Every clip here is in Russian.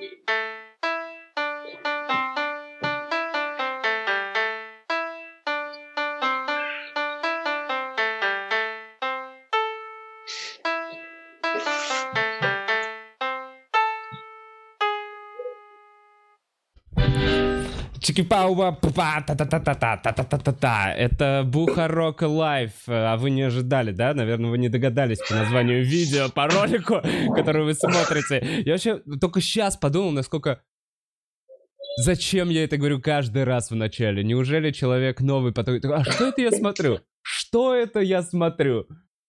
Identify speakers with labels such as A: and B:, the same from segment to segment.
A: Чики-пау-па-па-та-та-та-та-та-та-та-та-та. Это Бухарок Лайв. А вы не ожидали, да? Наверное, вы не догадались по названию видео, по ролику, который вы смотрите. Я вообще только сейчас подумал, насколько... Зачем я это говорю каждый раз в начале? Неужели человек новый потом... А что это я смотрю? Что это я смотрю?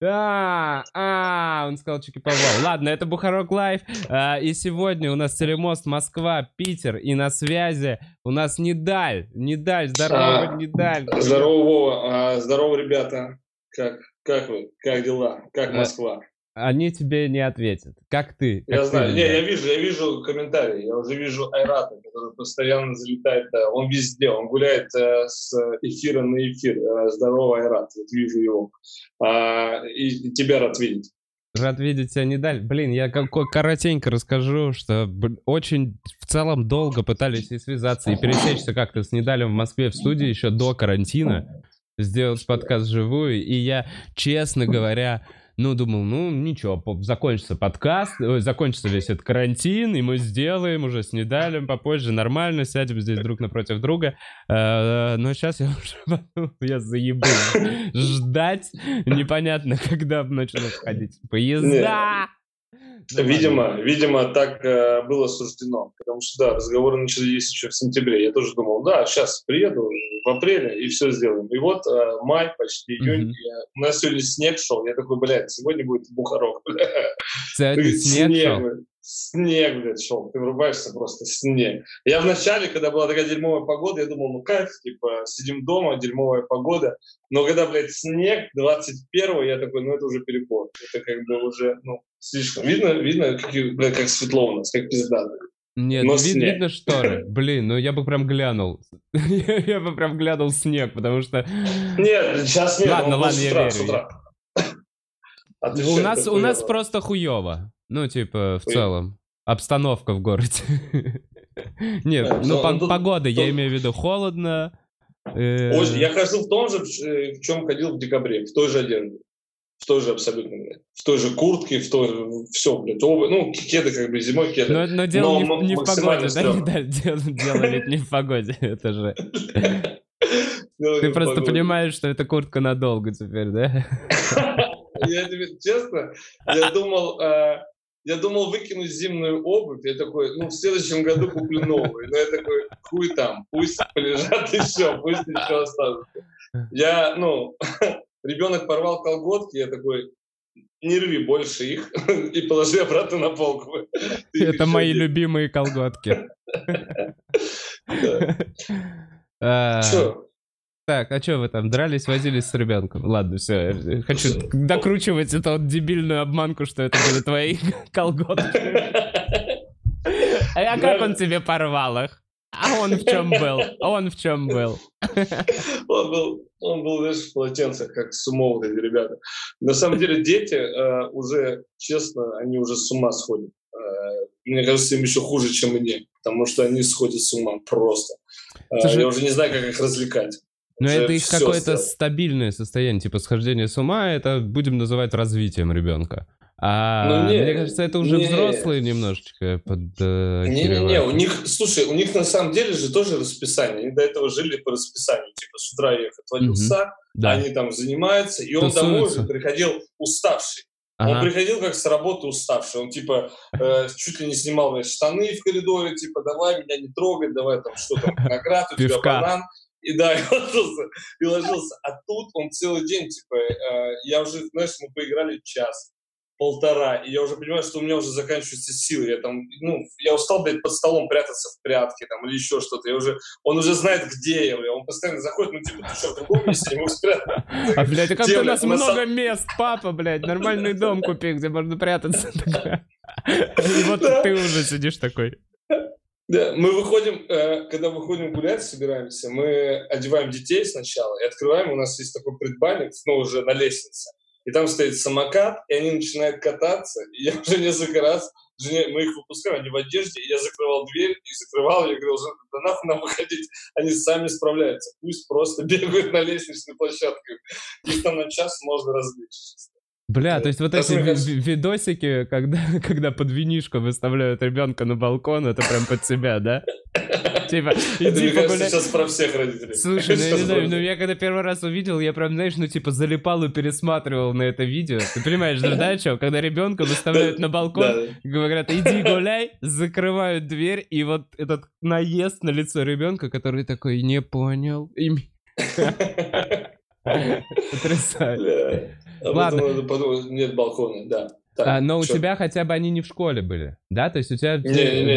A: Он сказал Чики-Пау. Ладно, это Бухарок Лайв. И сегодня у нас Телемост, Москва, Питер. И на связи у нас Нидаль. Нидаль, здорово, Нидаль.
B: Здорово, Вова. Здорово, ребята. Как вы? Как дела? Как Москва?
A: Они тебе не ответят. Как ты?
B: Я знаю. Я вижу комментарии. Я уже вижу Айрата, который постоянно залетает. Он везде. Он гуляет с эфира на эфир. Здорово, Айрат. Вот вижу его. И тебя рад видеть.
A: Рад видеть тебя, Нидаль. Блин, я коротенько расскажу, что очень в целом долго пытались и связаться, и пересечься как-то с Нидалем в Москве в студии еще до карантина, сделать подкаст вживую, и я, честно говоря... думал, ничего, закончится подкаст, закончится весь этот карантин, и мы сделаем уже с Нидалем попозже, нормально, сядем здесь друг напротив друга. Но сейчас я заебу ждать, непонятно, когда начнут ходить поезда.
B: Видимо, так было суждено, потому что, да, разговоры начались еще в сентябре. Я тоже думал, да, сейчас приеду в апреле и все сделаем. И вот май, почти июнь, у нас сегодня снег шел. Я такой, сегодня будет Бухарок.
A: Сегодня снег шел?
B: Снег, блядь, шел. Ты врубаешься просто, снег. Я вначале, когда была такая дерьмовая погода, я думал, кайф, типа, сидим дома, дерьмовая погода. Но когда, снег 21-го, я такой, это уже перебор. Это как бы уже, слишком. Видно, как светло у нас, как пизда.
A: Нет, видно шторы. Блин, я бы прям глянул. Я бы прям глянул снег, потому что...
B: Нет, сейчас нет.
A: Ладно, я верю. У нас просто хуёво. В целом. Обстановка в городе. Нет, погода, я имею в виду, холодно.
B: Я хожу в том же, в чем ходил в декабре, в той же одежде. В той же абсолютно, блядь. В той же куртке, все, блядь. Кеды зимой кеды.
A: Но дело не в погоде, да? Дело ведь не в погоде, это же... Ты просто понимаешь, что эта куртка надолго теперь, да?
B: Я тебе честно, я думал выкинуть зимнюю обувь, я такой, в следующем году куплю новую. Но я такой, хуй там, пусть полежат еще, пусть еще останутся. Ребенок порвал колготки, я такой, не рви больше их и положи обратно на полку.
A: Это мои любимые колготки.
B: Что?
A: Так, а что вы там, дрались, возились с ребенком? Ладно, все, я хочу докручивать эту дебильную обманку, что это были твои колготки. А как он тебе порвал их? А он в чем был?
B: Он был, знаешь, в полотенцах, как сумо вот эти ребята. На самом деле дети уже, честно, они уже с ума сходят. Мне кажется, им еще хуже, чем мне, потому что они сходят с ума просто. Я уже не знаю, как их развлекать.
A: Но это их какое-то стабильное состояние, типа схождение с ума, это будем называть развитием ребенка. Мне кажется, это уже взрослые немножечко
B: Не, у них на самом деле же тоже расписание. Они до этого жили по расписанию. Типа с утра я их отводил в сад, они там занимаются, и он домой уже приходил уставший. Он приходил как с работы уставший. Он чуть ли не снимал штаны в коридоре, типа давай меня не трогать, давай там что-то, виноград, у тебя банан. И ложился. А тут он целый день, я уже, знаешь, мы поиграли час-полтора, и я уже понимаю, что у меня уже заканчиваются силы. Я устал, блядь, под столом прятаться в прятки или еще что-то. Он уже знает, где я, он постоянно заходит, ты что, в другом месте не мог спрятаться?
A: Блядь, а как у нас много мест, папа, блядь, нормальный дом купи, где можно прятаться. И вот ты уже сидишь такой.
B: Да, мы выходим, когда выходим гулять, собираемся, мы одеваем детей сначала и открываем, у нас есть такой предбанник, уже на лестнице, и там стоит самокат, и они начинают кататься, и я уже несколько раз жене, мы их выпускаем, они в одежде, и я закрывал дверь, и закрывал, я говорил, да нахуй нам выходить, они сами справляются, пусть просто бегают на лестничной площадке, их там на час можно развлечь.
A: Бля, то есть вот эти видосики, когда под винишко выставляют ребенка на балкон, это прям под себя, да? Типа, иди погуляй.
B: Сейчас про всех родителей.
A: Слушай, ну я не знаю, я когда первый раз увидел, я прям, знаешь, залипал и пересматривал на это видео. Ты понимаешь, да, что? Когда ребенка выставляют на балкон, говорят, иди гуляй, закрывают дверь, и вот этот наезд на лицо ребенка, который такой, не понял. Потрясающе.
B: Ладно. Нет балкона, да.
A: Но у тебя хотя бы они не в школе были, да? То есть у тебя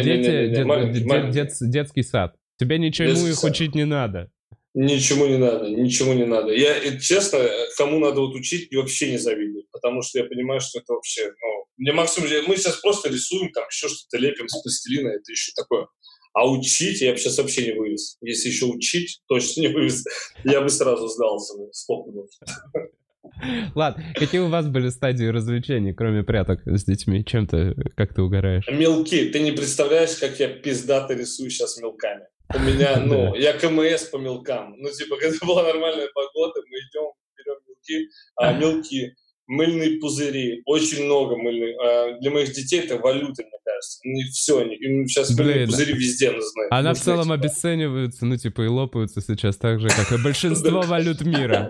A: детский сад. Тебе ничему их учить не надо.
B: Ничему не надо. Я, честно, кому надо вот учить, вообще не завидую. Потому что я понимаю, что это вообще... мне максимум... Мы сейчас просто рисуем, там еще что-то лепим с пластилина, это еще такое. А учить я бы сейчас вообще не вывез. Если еще учить, точно не вывез. Я бы сразу сдался. Стопудово.
A: Ладно, какие у вас были стадии развлечений, кроме пряток с детьми? Как ты угораешь?
B: Мелки. Ты не представляешь, как я пиздато рисую сейчас мелками. У меня, я КМС по мелкам. Когда была нормальная погода, мы идем, берем мелки, мыльные пузыри, очень много мыльных. Для моих детей это валюта, мне кажется. Все, им сейчас мыльные пузыри везде нужны.
A: Она в целом обесценивается, и лопаются сейчас так же, как и большинство валют мира.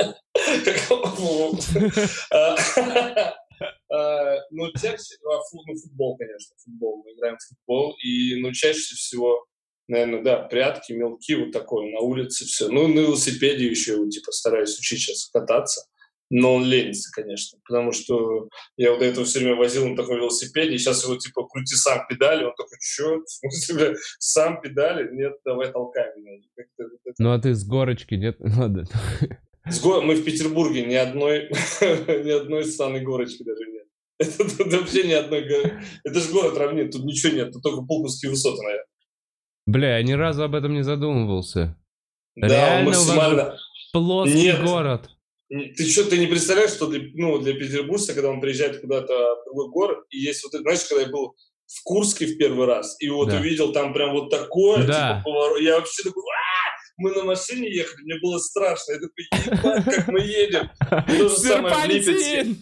B: Чаще футбол, конечно, футбол. Мы играем в футбол, и чаще всего, наверное, да, прятки, мелки, вот такое, на улице все. На велосипеде еще, стараюсь учить сейчас кататься, но он ленится, конечно, потому что я вот до этого все время возил на таком велосипеде, и сейчас его, крути сам педали, он такой, что? В смысле, сам педали? Нет, давай толкай меня.
A: А ты с горочки, нет? Ладно.
B: Мы в Петербурге, ни одной ссаной горочки даже нет. Это вообще ни одной горы. Это же город равнин, тут ничего нет, тут только Пулковские высоты, наверное.
A: Бля, я ни разу об этом не задумывался.
B: Да,
A: реально
B: максимально...
A: плоский город.
B: Ты что, ты не представляешь, что для петербуржца, когда он приезжает куда-то в другой город, и есть знаешь, когда я был в Курске в первый раз, и увидел там прям вот такое, поворот, я вообще такой... Мы на машине ехали, мне было страшно. Я такой, ебать, как мы едем. То же самое в Липецке.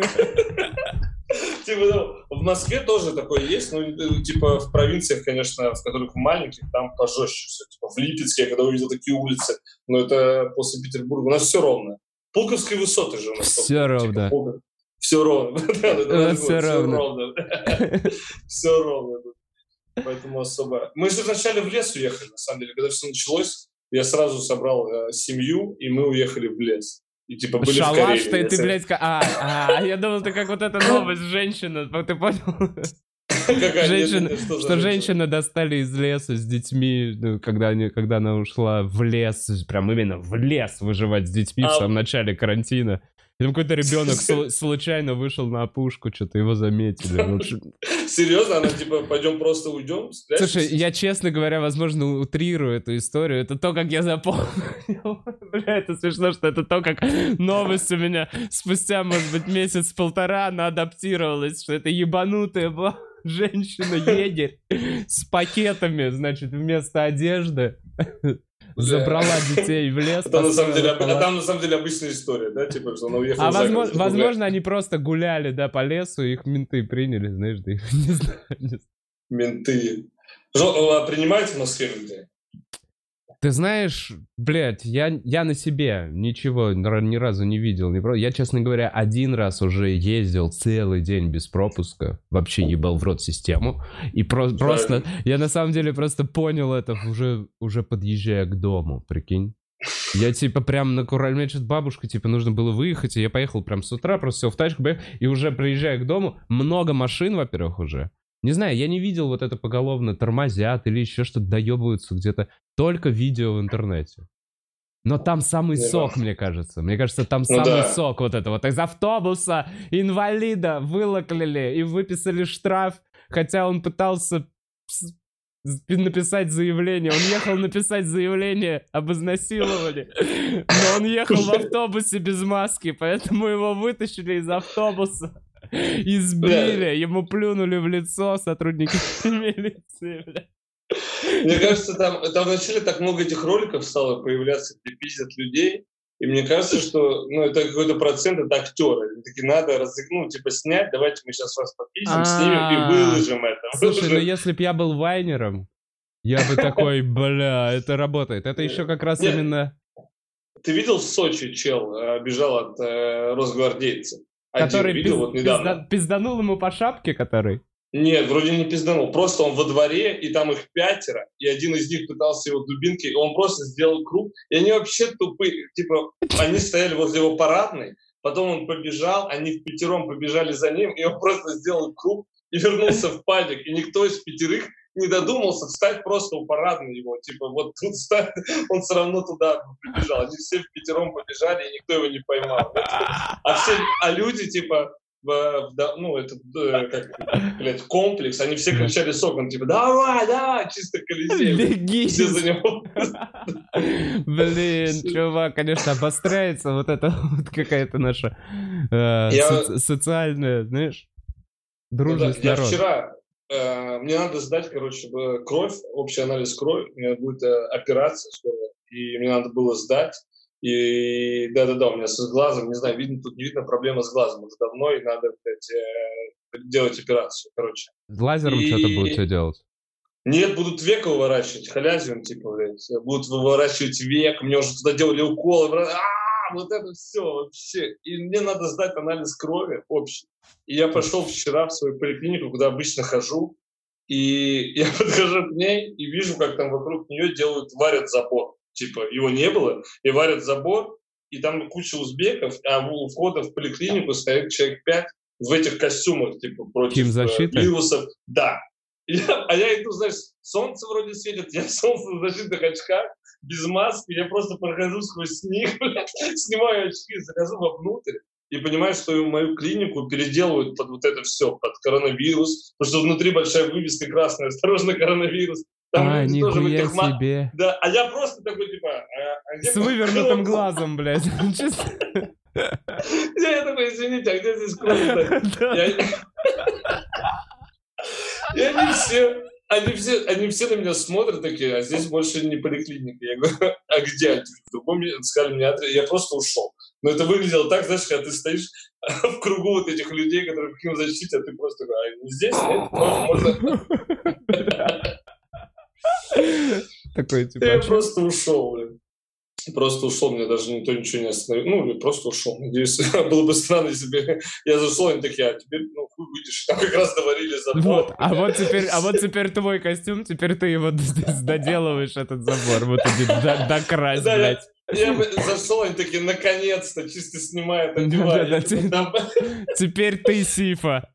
B: В Москве тоже такое есть, в провинциях, конечно, в которых маленьких, там пожестче все. В Липецке, я когда увидел такие улицы, это после Петербурга, у нас все ровно. Пулковские высоты же у нас.
A: Все ровно.
B: Все ровно.
A: Все ровно.
B: Все ровно. Поэтому особо... Мы же вначале в лес уехали, на самом деле, когда все началось. Я сразу собрал семью, и мы уехали в лес. И были
A: шалаш,
B: в Карелии.
A: ты, блядь, я думал, ты как вот эта новость женщина, ты понял? Женщина достали из леса с детьми, когда она ушла в лес, прям именно в лес выживать с детьми в самом начале карантина. И там какой-то ребенок случайно вышел на опушку, что-то его заметили.
B: Серьезно? Она пойдем просто уйдем?
A: Слушай, я, честно говоря, возможно, утрирую эту историю. Это то, как я запомнил. Бля, это смешно, что это то, как новость у меня спустя, может быть, месяц-полтора она адаптировалась, что это ебанутая была женщина едет с пакетами, значит, вместо одежды. Забрала детей в лес.
B: Там на самом деле обычная история, да? Что она уехала за город.
A: Возможно, они просто гуляли, да, по лесу, их менты приняли, знаешь, да, их не знаю.
B: Менты. Принимаете в Москве людей?
A: Ты знаешь, блядь, я на себе ничего ни разу не видел. Я, честно говоря, один раз уже ездил целый день без пропуска. Вообще ебал в рот систему. И просто... Я на самом деле просто понял это уже подъезжая к дому, прикинь. Я прям на Курале, мне что-то бабушка, нужно было выехать, и я поехал прям с утра, просто сел в тачку, и уже приезжая к дому, много машин, во-первых, уже. Не знаю, я не видел вот это поголовно тормозят или еще что-то доебываются где-то. Только видео в интернете. Но там самый сок, мне кажется. Мне кажется, там самый сок вот это. Вот из автобуса инвалида вылоклили и выписали штраф, хотя он пытался написать заявление. Он ехал написать заявление об изнасиловании, но он ехал в автобусе без маски, поэтому его вытащили из автобуса. Избили, ему плюнули в лицо сотрудники милиции, бля.
B: Мне кажется, там вначале так много этих роликов стало появляться, где пиздят людей, и мне кажется, что это какой-то процент, это актеры. Они такие, надо снять, давайте мы сейчас вас попиздим, снимем и выложим это.
A: Слушай, ну если б я был вайнером, я бы такой, бля, это работает. Это еще как раз именно...
B: Ты видел в Сочи чел бежал от росгвардейца?
A: Который пизданул ему по шапке, который?
B: Нет, вроде не пизданул. Просто он во дворе, и там их 5, и один из них пытался его дубинкой, и он просто сделал круг. И они вообще тупые. Типа, они стояли возле его парадной, потом он побежал, они впятером побежали за ним, и он просто сделал круг и вернулся в падик. И никто из 5 не додумался встать просто у парадной его. Типа, вот тут встать, он все равно туда прибежал. Они все впятером побежали, и никто его не поймал. А люди, типа... комплекс, они все кричали с окон, типа, давай, чисто Колизей. Все за него.
A: Блин, чувак, конечно, обостряется вот это вот какая-то наша социальная, знаешь, дружность народа.
B: Я вчера, мне надо сдать, кровь, общий анализ крови, у меня будет операция скоро, и мне надо было сдать. И да, у меня с глазом, не знаю, тут не видно, проблема с глазом уже давно, и надо, делать операцию,
A: Лазером что-то будут все делать?
B: Нет, будут веко выворачивать, халязиум, будут выворачивать век, мне уже туда делали уколы, вот это все вообще. И мне надо сдать анализ крови общий. И я пошел вчера в свою поликлинику, куда обычно хожу, и я подхожу к ней и вижу, как там вокруг нее варят забор. Его не было, и варят забор, и там куча узбеков, а у входа в поликлинику стоит человек 5 в этих костюмах, против вирусов. Да. Я иду, знаешь, солнце вроде светит, я в солнцезащитных очках, без маски, я просто прохожу сквозь них, снимаю очки, захожу вовнутрь и понимаю, что мою клинику переделывают под вот это все, под коронавирус, потому что внутри большая вывеска красная, осторожно, коронавирус.
A: Там нихуя себе.
B: Да, а я просто такой,
A: с вывернутым глазом, блядь.
B: Я такой, извините, а где здесь кровь-то? И они все на меня смотрят такие, а здесь больше не поликлиника. Я говорю, а где? В другом сказали мне адрес, я просто ушел. Но это выглядело так, знаешь, когда ты стоишь в кругу вот этих людей, которые в химзащите, а ты просто говоришь, не здесь, нет? Можно...
A: Такой,
B: я просто ушел, блин. Просто ушел, мне даже никто ничего не остановил. Я просто ушел. Надеюсь, было бы странно, если бы я зашел, они такие, а теперь, хуй выйдешь. Там как раз доварили забор.
A: А вот теперь твой костюм, теперь ты его доделываешь, этот забор. Вот иди докрась, блядь.
B: Я зашел, они такие, наконец-то, чисто снимают, одевают.
A: Теперь ты Сифа.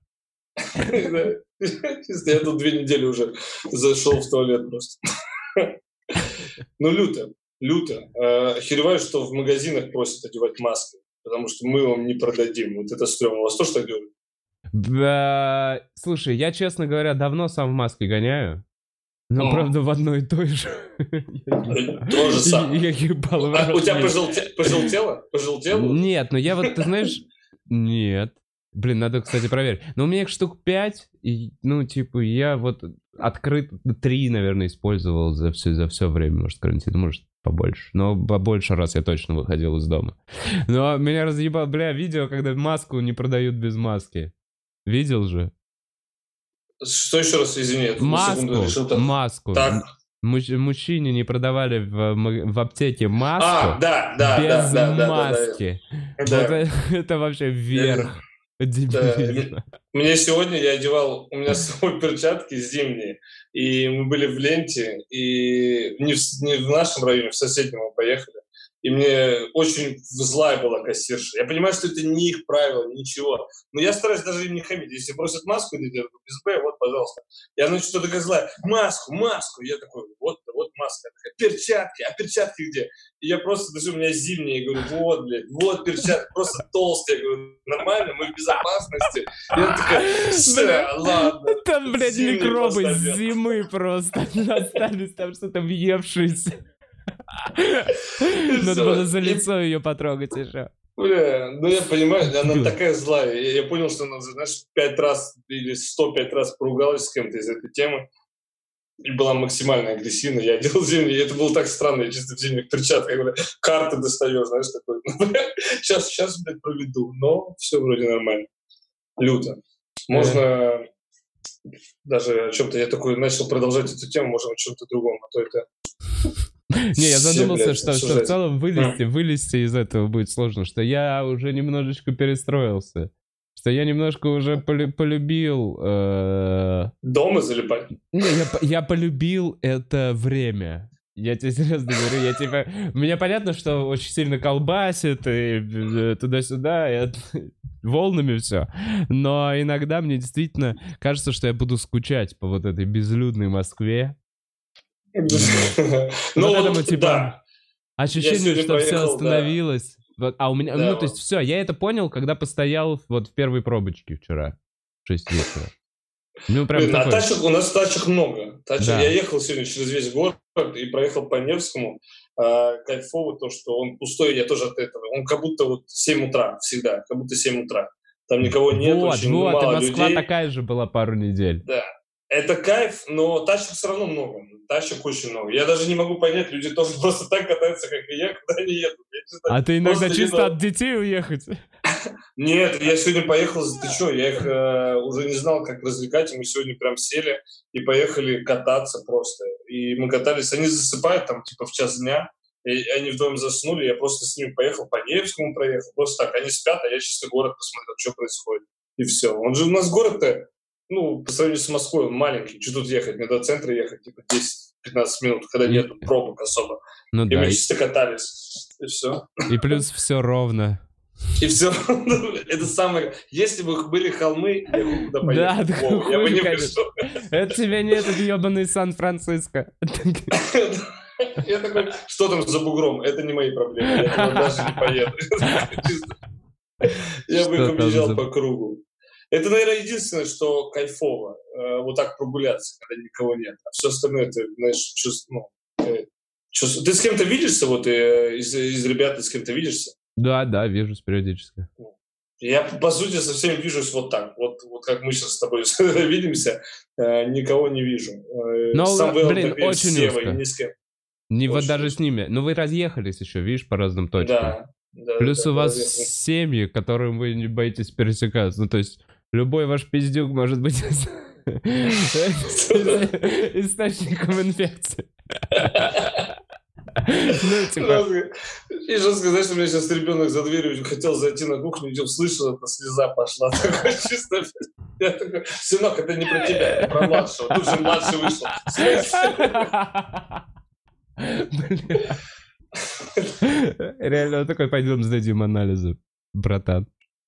B: Я тут 2 недели уже зашел в туалет просто. Люто. Охереваю, что в магазинах просят одевать маски, потому что мы вам не продадим. Вот это стрёмно. У вас тоже так делают?
A: Слушай, я, честно говоря, давно сам в маске гоняю. Но, правда, в одной и той же.
B: То же самое.
A: Я ебал.
B: У тебя пожелтело? Пожелтело?
A: Нет, но я вот, ты знаешь... Нет. Блин, надо, кстати, проверить. Но у меня их штук 5, и, я вот открыт 3, наверное, использовал за все время, может, карантина, может, побольше. Но побольше раз я точно выходил из дома. Но меня разъебало, видео, когда маску не продают без маски. Видел же?
B: Что еще раз, извини?
A: Маску. Так. Мужчине не продавали в аптеке маску без маски. Это вообще вверх.
B: Да. Мне сегодня я одевал, у меня с собой перчатки зимние, и мы были в ленте, и не в нашем районе, в соседнем мы поехали, и мне очень злая была кассирша. Я понимаю, что это не их правило, ничего, но я стараюсь даже им не хамить. Если просят маску, без Б, вот, пожалуйста. И она что-то такая злая, маску. Я такой, вот маска. Перчатки, а перчатки где? И я просто, даже у меня зимние, я говорю, вот перчатки, просто толстые. Я говорю, нормально, мы в безопасности. И она такая, все, ладно.
A: Там, блядь, микробы зимы просто остались, там что-то въевшиеся. Надо было за лицо ее потрогать еще.
B: Бля, ну я понимаю, она такая злая. Я понял, что она, знаешь, 5 раз или 105 раз поругалась с кем-то из этой темы. И была максимально агрессивна. Я делал зимние, и это было так странно. Я чисто в зимних перчатках, карты достаю, знаешь, такой. Сейчас, блядь, проведу. Но все вроде нормально. Люто. Можно даже о чем-то... Я такой начал продолжать эту тему, можем о чем-то другом, а то это...
A: Не, я задумался, что в целом вылезти из этого будет сложно, что я уже немножечко перестроился, что я немножко уже полюбил...
B: Дома залипать?
A: Не, я полюбил это время. Я тебе серьезно говорю, мне понятно, что очень сильно колбасит, и туда-сюда, и волнами все, но иногда мне действительно кажется, что я буду скучать по вот этой безлюдной Москве.
B: Ну, этому,
A: типа, ощущение, что все остановилось. А у меня, ну, то есть все, я это понял, когда постоял вот в первой пробочке вчера, в 6 вечера. Ну, прям
B: блин, такой... у нас тачек много. Я ехал сегодня через весь город и проехал по Невскому. Кайфово то, что он пустой, я тоже от этого. Он как будто вот 7 утра всегда, как будто 7 утра. Там никого нет, очень мало людей.
A: И Москва такая же была пару недель.
B: Да. Это кайф, но тачек все равно много. Тачек очень много. Я даже не могу понять, люди тоже просто так катаются, как и я, когда они едут.
A: А ты иногда чисто от детей уехать?
B: Нет, я сегодня поехал, ты что, я их уже не знал, как развлекать, и мы сегодня прям сели и поехали кататься просто. И мы катались, они засыпают там типа в час дня, и они вдвоем заснули, я просто с ними поехал, по Невскому проехал, просто так, они спят, а я чисто город посмотрел, что происходит. И все. Он же у нас город-то, ну, по сравнению с Москвой, он маленький, что тут ехать, мне до центра ехать, типа 10-15 минут, когда нет пробок особо.
A: Ну,
B: и
A: да,
B: мы чисто катались, и все.
A: И плюс все ровно.
B: И все, это самое... Если бы были холмы, я бы куда поехал.
A: Да,
B: я бы не пришел.
A: Это тебе не этот ебаный Сан-Франциско.
B: Я такой, что там за бугром? Это не мои проблемы, я туда даже не поеду. Я бы их объезжал по кругу. Это, наверное, единственное, что кайфово, вот так прогуляться, когда никого нет. А все остальное, ты, знаешь, чувствуешь... Ты с кем-то видишься, вот из ребят ты с кем-то видишься?
A: Да, вижусь периодически.
B: Я, по сути, со всеми вижусь вот так. Вот как мы сейчас с тобой видимся, никого не вижу.
A: Но,
B: блин,
A: очень узко. Вот даже с ними. Но вы разъехались еще, видишь, по разным точкам.
B: Да.
A: Плюс у вас семьи, которым вы не боитесь пересекаться. Ну, то есть, любой ваш пиздюк может быть источником инфекции. Ну, типа...
B: И жестко, знаешь, у меня сейчас ребенок за дверью хотел зайти на кухню, идем, слышал, это слеза пошла. Такой, чисто... Я такой, сынок, это не про тебя, это про младшего. Тут же младший вышел.
A: Реально, он такой, пойдем сдадим анализы, братан.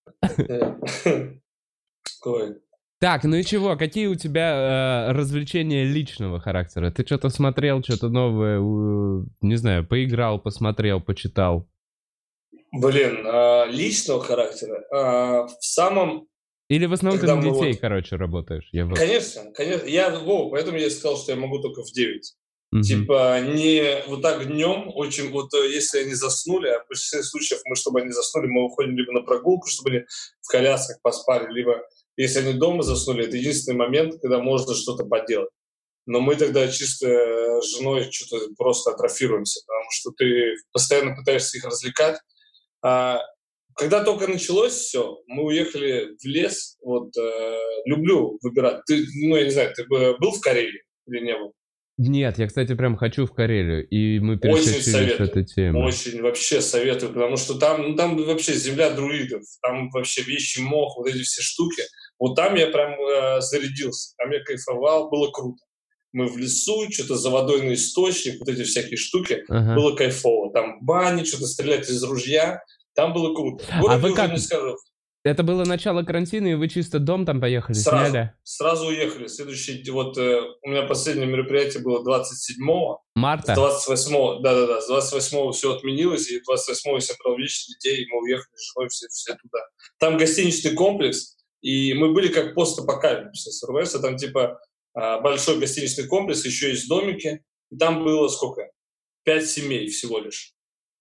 B: Ой.
A: Так, ну и чего? Какие у тебя развлечения личного характера? Ты что-то смотрел, что-то новое, не знаю, поиграл, посмотрел, почитал?
B: Блин, личного характера? В самом...
A: Или в основном ты на детей, короче, работаешь?
B: Конечно. Поэтому я сказал, что я могу только в 9. Типа не вот так днем, очень вот если они заснули, а в большинстве случаев чтобы они заснули, мы уходим либо на прогулку, чтобы они в колясках поспали, либо если они дома заснули, это единственный момент, когда можно что-то поделать. Но мы тогда чисто с женой что-то просто атрофируемся, потому что ты постоянно пытаешься их развлекать. Когда только началось все, мы уехали в лес. Вот люблю выбирать. Я не знаю, ты был в Карелии или не был?
A: Нет, я, кстати, прям хочу в Карелию, и мы пересеклись с этой темой.
B: Очень вообще советую, потому что там вообще земля друидов, там вообще вещи, мох, вот эти все штуки. Вот там я прям зарядился, там я кайфовал, было круто. Мы в лесу, что-то за водой на источник, вот эти всякие штуки, было кайфово. Там бани, что-то стрелять из ружья, там было круто.
A: А вы как? Не скажу. Это было начало карантина, и вы чисто дом там поехали, сняли?
B: Сразу уехали. Следующий, у меня последнее мероприятие было 27-го.
A: Марта?
B: С 28-го, да, с 28-го все отменилось, и 28-го я собрал вещи детей, и мы уехали с женой все туда. Там гостиничный комплекс, и мы были как постапокалипсис РВС, там типа большой гостиничный комплекс, еще есть домики, и там было сколько? 5 семей всего лишь.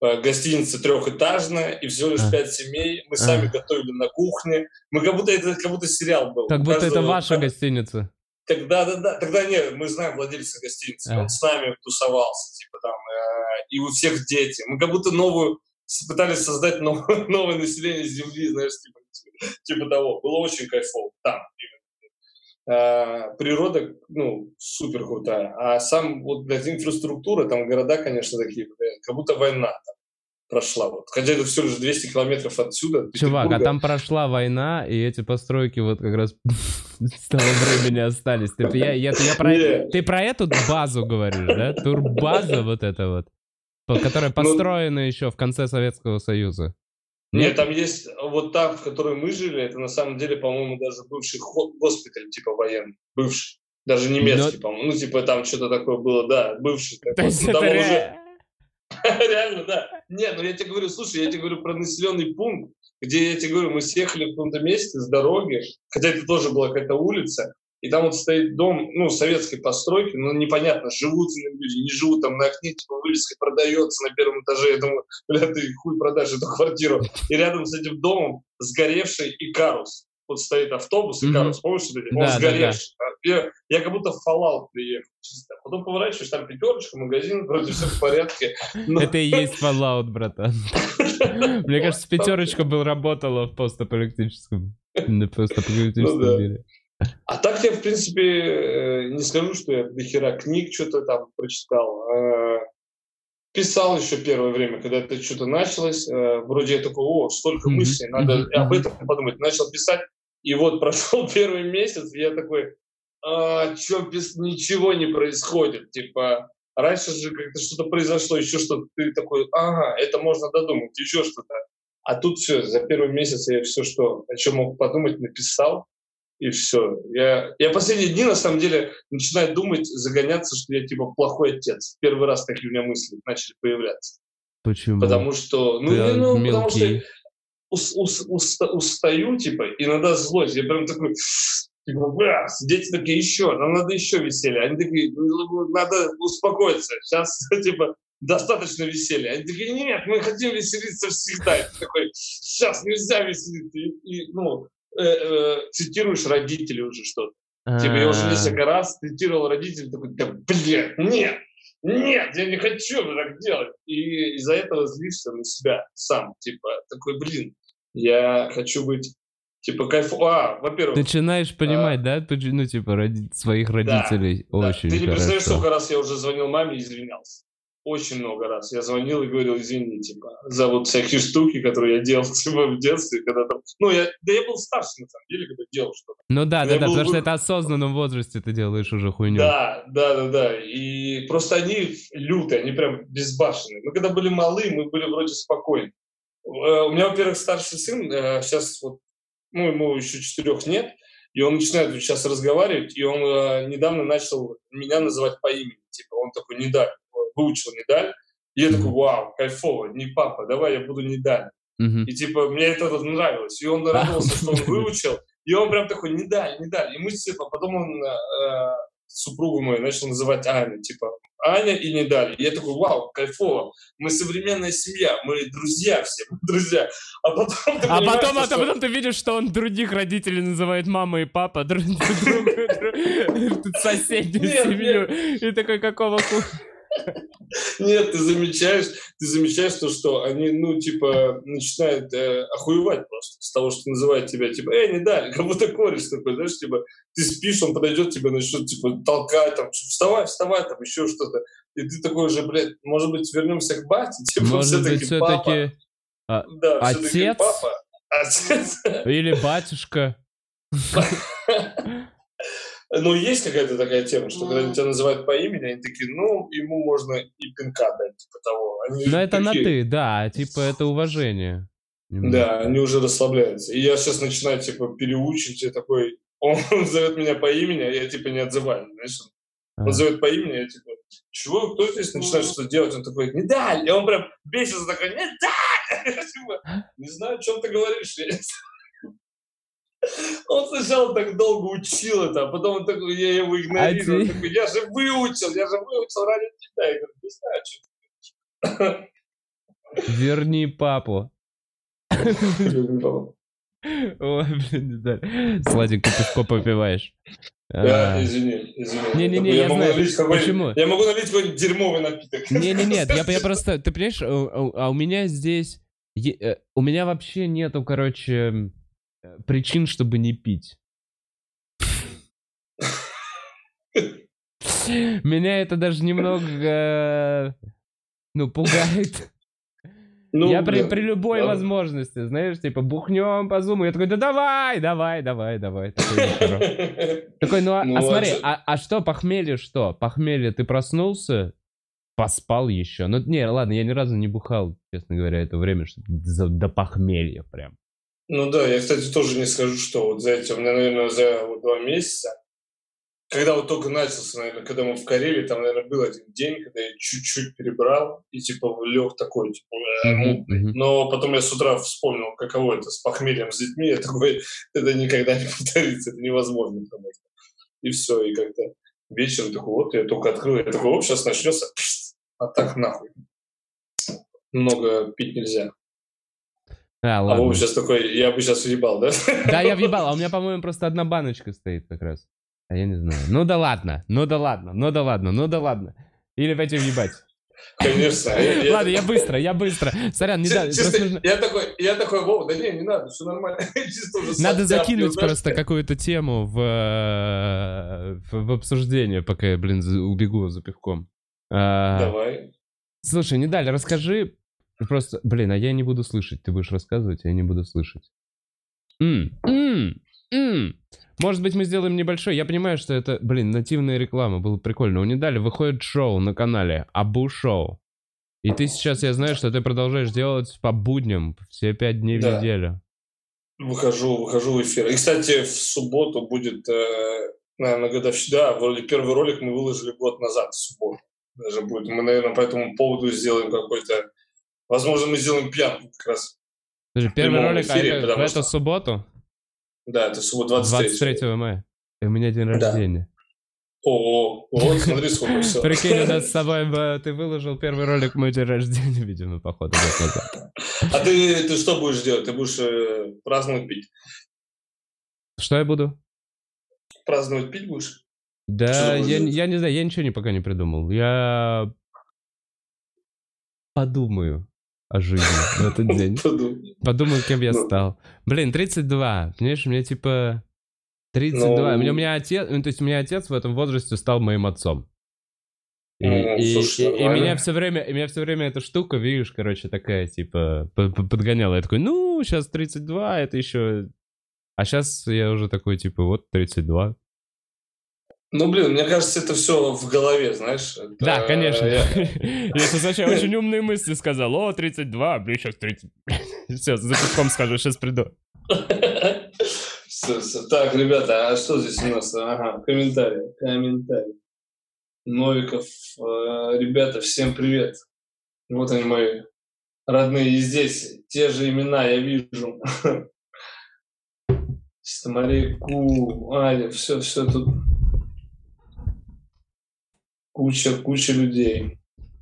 B: гостиница трехэтажная, и всего лишь 5 семей. Мы сами готовили на кухне. Мы как будто сериал был.
A: Как будто это ваша гостиница.
B: Тогда нет, мы знаем владельца гостиницы. Он с нами тусовался, типа там, и у всех дети. Мы как будто пытались создать новое население Земли, знаешь, типа того. Было очень кайфово там. Природа, супер крутая. А сам инфраструктура, там города, конечно, такие, как будто война там прошла. Хотя это все лишь 200 километров отсюда.
A: Чувак, а там прошла война, и эти постройки как раз с того времени остались. Ты про эту базу говоришь, да? Турбаза вот эта вот, которая построена еще в конце Советского Союза.
B: Нет, там есть, там, в которой мы жили, это на самом деле, по-моему, даже бывший госпиталь, типа военный, бывший, даже немецкий, по-моему, там что-то такое было, да, бывший.
A: То есть это
B: реально, да. Нет, я тебе говорю, слушай, я тебе говорю про населенный пункт, где, я тебе говорю, мы съехали в каком-то месте с дороги, хотя это тоже была какая-то улица, и там стоит дом, советской постройки, но непонятно, живут ли люди, не живут, там на окне, типа, вывеска продается на первом этаже, я думаю, ты хуй продашь эту квартиру. И рядом с этим домом сгоревший Икарус. Стоит автобус Икарус, помнишь, он сгоревший. Да. Я как будто в Fallout приехал. Чисто. Потом поворачиваешь, там 5, магазин, вроде все в порядке.
A: Это и есть Fallout, братан. Мне кажется, 5 работала в постапокалиптическом мире.
B: А так я, в принципе, не скажу, что я дохера книг что-то там прочитал. Писал еще первое время, когда это что-то началось. Вроде я такой, столько мыслей, надо об этом подумать. Начал писать, и прошел первый месяц, и я такой, ничего не происходит. Типа, раньше же как-то что-то произошло, еще что-то. Ты такой, это можно додумать, еще что-то. А тут все, за первый месяц я все, о чем мог подумать, написал. И все. Я последние дни, на самом деле, начинаю думать, загоняться, что я, типа, плохой отец. Первый раз такие у меня мысли начали появляться.
A: Почему?
B: Потому что... потому что устаю, типа, иногда злость. Я прям такой... Типа, дети такие, нам надо еще веселья. Они такие, надо успокоиться. Сейчас, типа, достаточно веселья. Они такие, нет, мы хотим веселиться всегда. И ты такой, сейчас нельзя веселиться. Цитируешь родителей уже что-то. Типа я уже несколько раз цитировал родителей, такой, нет, я не хочу так делать. И из-за этого злишься на себя сам. Типа, такой, я хочу быть, типа, во-первых...
A: Начинаешь понимать, да? Своих родителей.
B: Да,
A: очень
B: Ты не
A: хорошо.
B: представляешь, сколько раз я уже звонил маме и извинялся. Очень много раз. Я звонил и говорил, извини, типа, за всякие штуки, которые я делал, типа, в детстве, когда там... я был старше, на самом деле, когда делал что-то.
A: Потому что это в осознанном возрасте ты делаешь уже хуйню.
B: Да. И просто они лютые, они прям безбашенные. Мы когда были малы, мы были вроде спокойны. У меня, во-первых, старший сын, сейчас ему еще 4 нет, и он начинает сейчас разговаривать, и он недавно начал меня называть по имени. Типа, он такой, Нидаль. Выучил Нидаль, и я такой, вау, кайфово, не папа, давай я буду Нидаль. И типа, мне это нравилось, и он радовался, что он выучил, и он прям такой, Нидаль. И мы, типа, потом он супругу мою начал называть Аня, типа, Аня и Нидаль. И я такой, вау, кайфово, мы современная семья, мы друзья все, друзья. А потом
A: ты видишь, что он других родителей называет мама и папа, соседнюю семью, и такой, какого хуя?
B: Нет, ты замечаешь то, что они, начинают охуевать просто с того, что называют тебя, типа, Нидаль, как будто кореш такой, знаешь, типа, ты спишь, он подойдет, тебя начнет, типа, толкать, там, вставай, там, еще что-то. И ты такой уже, может быть, вернемся к бате, типа,
A: может быть, все-таки
B: да,
A: отец?
B: Все-таки папа. Отец.
A: Или батюшка.
B: Есть какая-то такая тема, что когда тебя называют по имени, они такие, ему можно и пинка дать, типа того.
A: Но это на «ты», да, типа это уважение.
B: Да, они уже расслабляются. И я сейчас начинаю, типа, переучить, я такой, он зовет меня по имени, а я, типа, не отзываю, знаешь. Он зовет по имени, я, типа, чего, кто здесь начинает что-то делать? Он такой, Нидаль! И он прям бесится такой, Нидаль! Я, типа, не знаю, о чем ты говоришь. Он сначала так долго учил это, а потом он такой, я его игнорирую. Он такой, я же выучил ради тебя. Я говорю, не знаю, о чем ты говоришь.
A: Верни папу. Ой, блин, да. Сладенько пивко попиваешь.
B: Извини.
A: Не-не-не, я знаю. Почему?
B: Я могу налить какой-нибудь дерьмовый напиток.
A: Не-не-нет, я просто... Ты понимаешь, а у меня здесь... У меня вообще нету, короче, причин, чтобы не пить. Меня это даже немного... пугает. Я при любой возможности, знаешь, типа, бухнем по зуму. Я такой, да давай. Такой, смотри, а что, похмелье что? Похмелье, ты проснулся, поспал еще. Не, ладно, я ни разу не бухал, честно говоря, это время, чтобы до похмелья прям.
B: Ну да, я, кстати, тоже не скажу, что вот за эти, у меня, наверное, за 2 месяца, когда вот только начался, наверное, когда мы в Карелии, там, наверное, был один день, когда я чуть-чуть перебрал и, типа, лег такой, типа, мутный. Но потом я с утра вспомнил, каково это с похмельем с детьми. Я такой, это никогда не повторится, это невозможно. И все, и как-то вечером такой, вот, я только открыл, я такой, вот, сейчас начнется, а так нахуй. Много пить нельзя. А Вова сейчас такой, я бы сейчас въебал, да?
A: Да, я въебал, а у меня, по-моему, просто одна баночка стоит как раз. А я не знаю. Ну да ладно. Или пойти въебать.
B: Конечно.
A: Ладно, я быстро. Сорян, не надо.
B: Я такой, Вова, да не надо, все нормально.
A: Надо закинуть просто какую-то тему в обсуждение, пока я, убегу за пивком.
B: Давай.
A: Слушай, Нидаль, расскажи просто... а я не буду слышать. Ты будешь рассказывать, а я не буду слышать. Может быть, мы сделаем небольшой. Я понимаю, что это, нативная реклама. Было прикольно. У Нидали выходит шоу на канале Абу Шоу. И ты сейчас, я знаю, что ты продолжаешь делать по будням все 5 дней в неделю.
B: Выхожу в эфир. И, кстати, в субботу будет, наверное, годовщина. Да, вроде первый ролик мы выложили год назад, в субботу. Даже будет. Мы, наверное, по этому поводу сделаем какой-то... Возможно, мы сделаем пьянку как раз.
A: Слушай, первый ролик в эту субботу?
B: Да, это суббота
A: 23 мая. И у меня день рождения.
B: О, вот смотри, сколько все.
A: Прикинь, у нас с собой ты выложил первый ролик в мой день рождения, видимо, походу.
B: А ты что будешь делать? Ты будешь праздновать пить?
A: Что я буду?
B: Праздновать пить будешь?
A: Да, я не знаю, я ничего пока не придумал. Я подумаю о жизни в этот день. Подумаю, кем я стал. 32. Понимаешь, мне типа 32. У меня отец, то есть у меня отец в этом возрасте стал моим отцом. И меня все время эта штука, видишь, короче, такая, типа, подгоняла. Я такой, сейчас 32, это еще... А сейчас я уже такой, типа, вот 32.
B: Мне кажется, это все в голове, знаешь.
A: Да, конечно. Я сначала очень умные мысли сказал. 32, сейчас 30. Все, за пивком скажу, сейчас приду.
B: Так, ребята, а что здесь у нас? Ага, комментарий. Новиков. Ребята, всем привет. Вот они мои родные. И здесь те же имена я вижу. Мария Аня, все тут. Куча людей.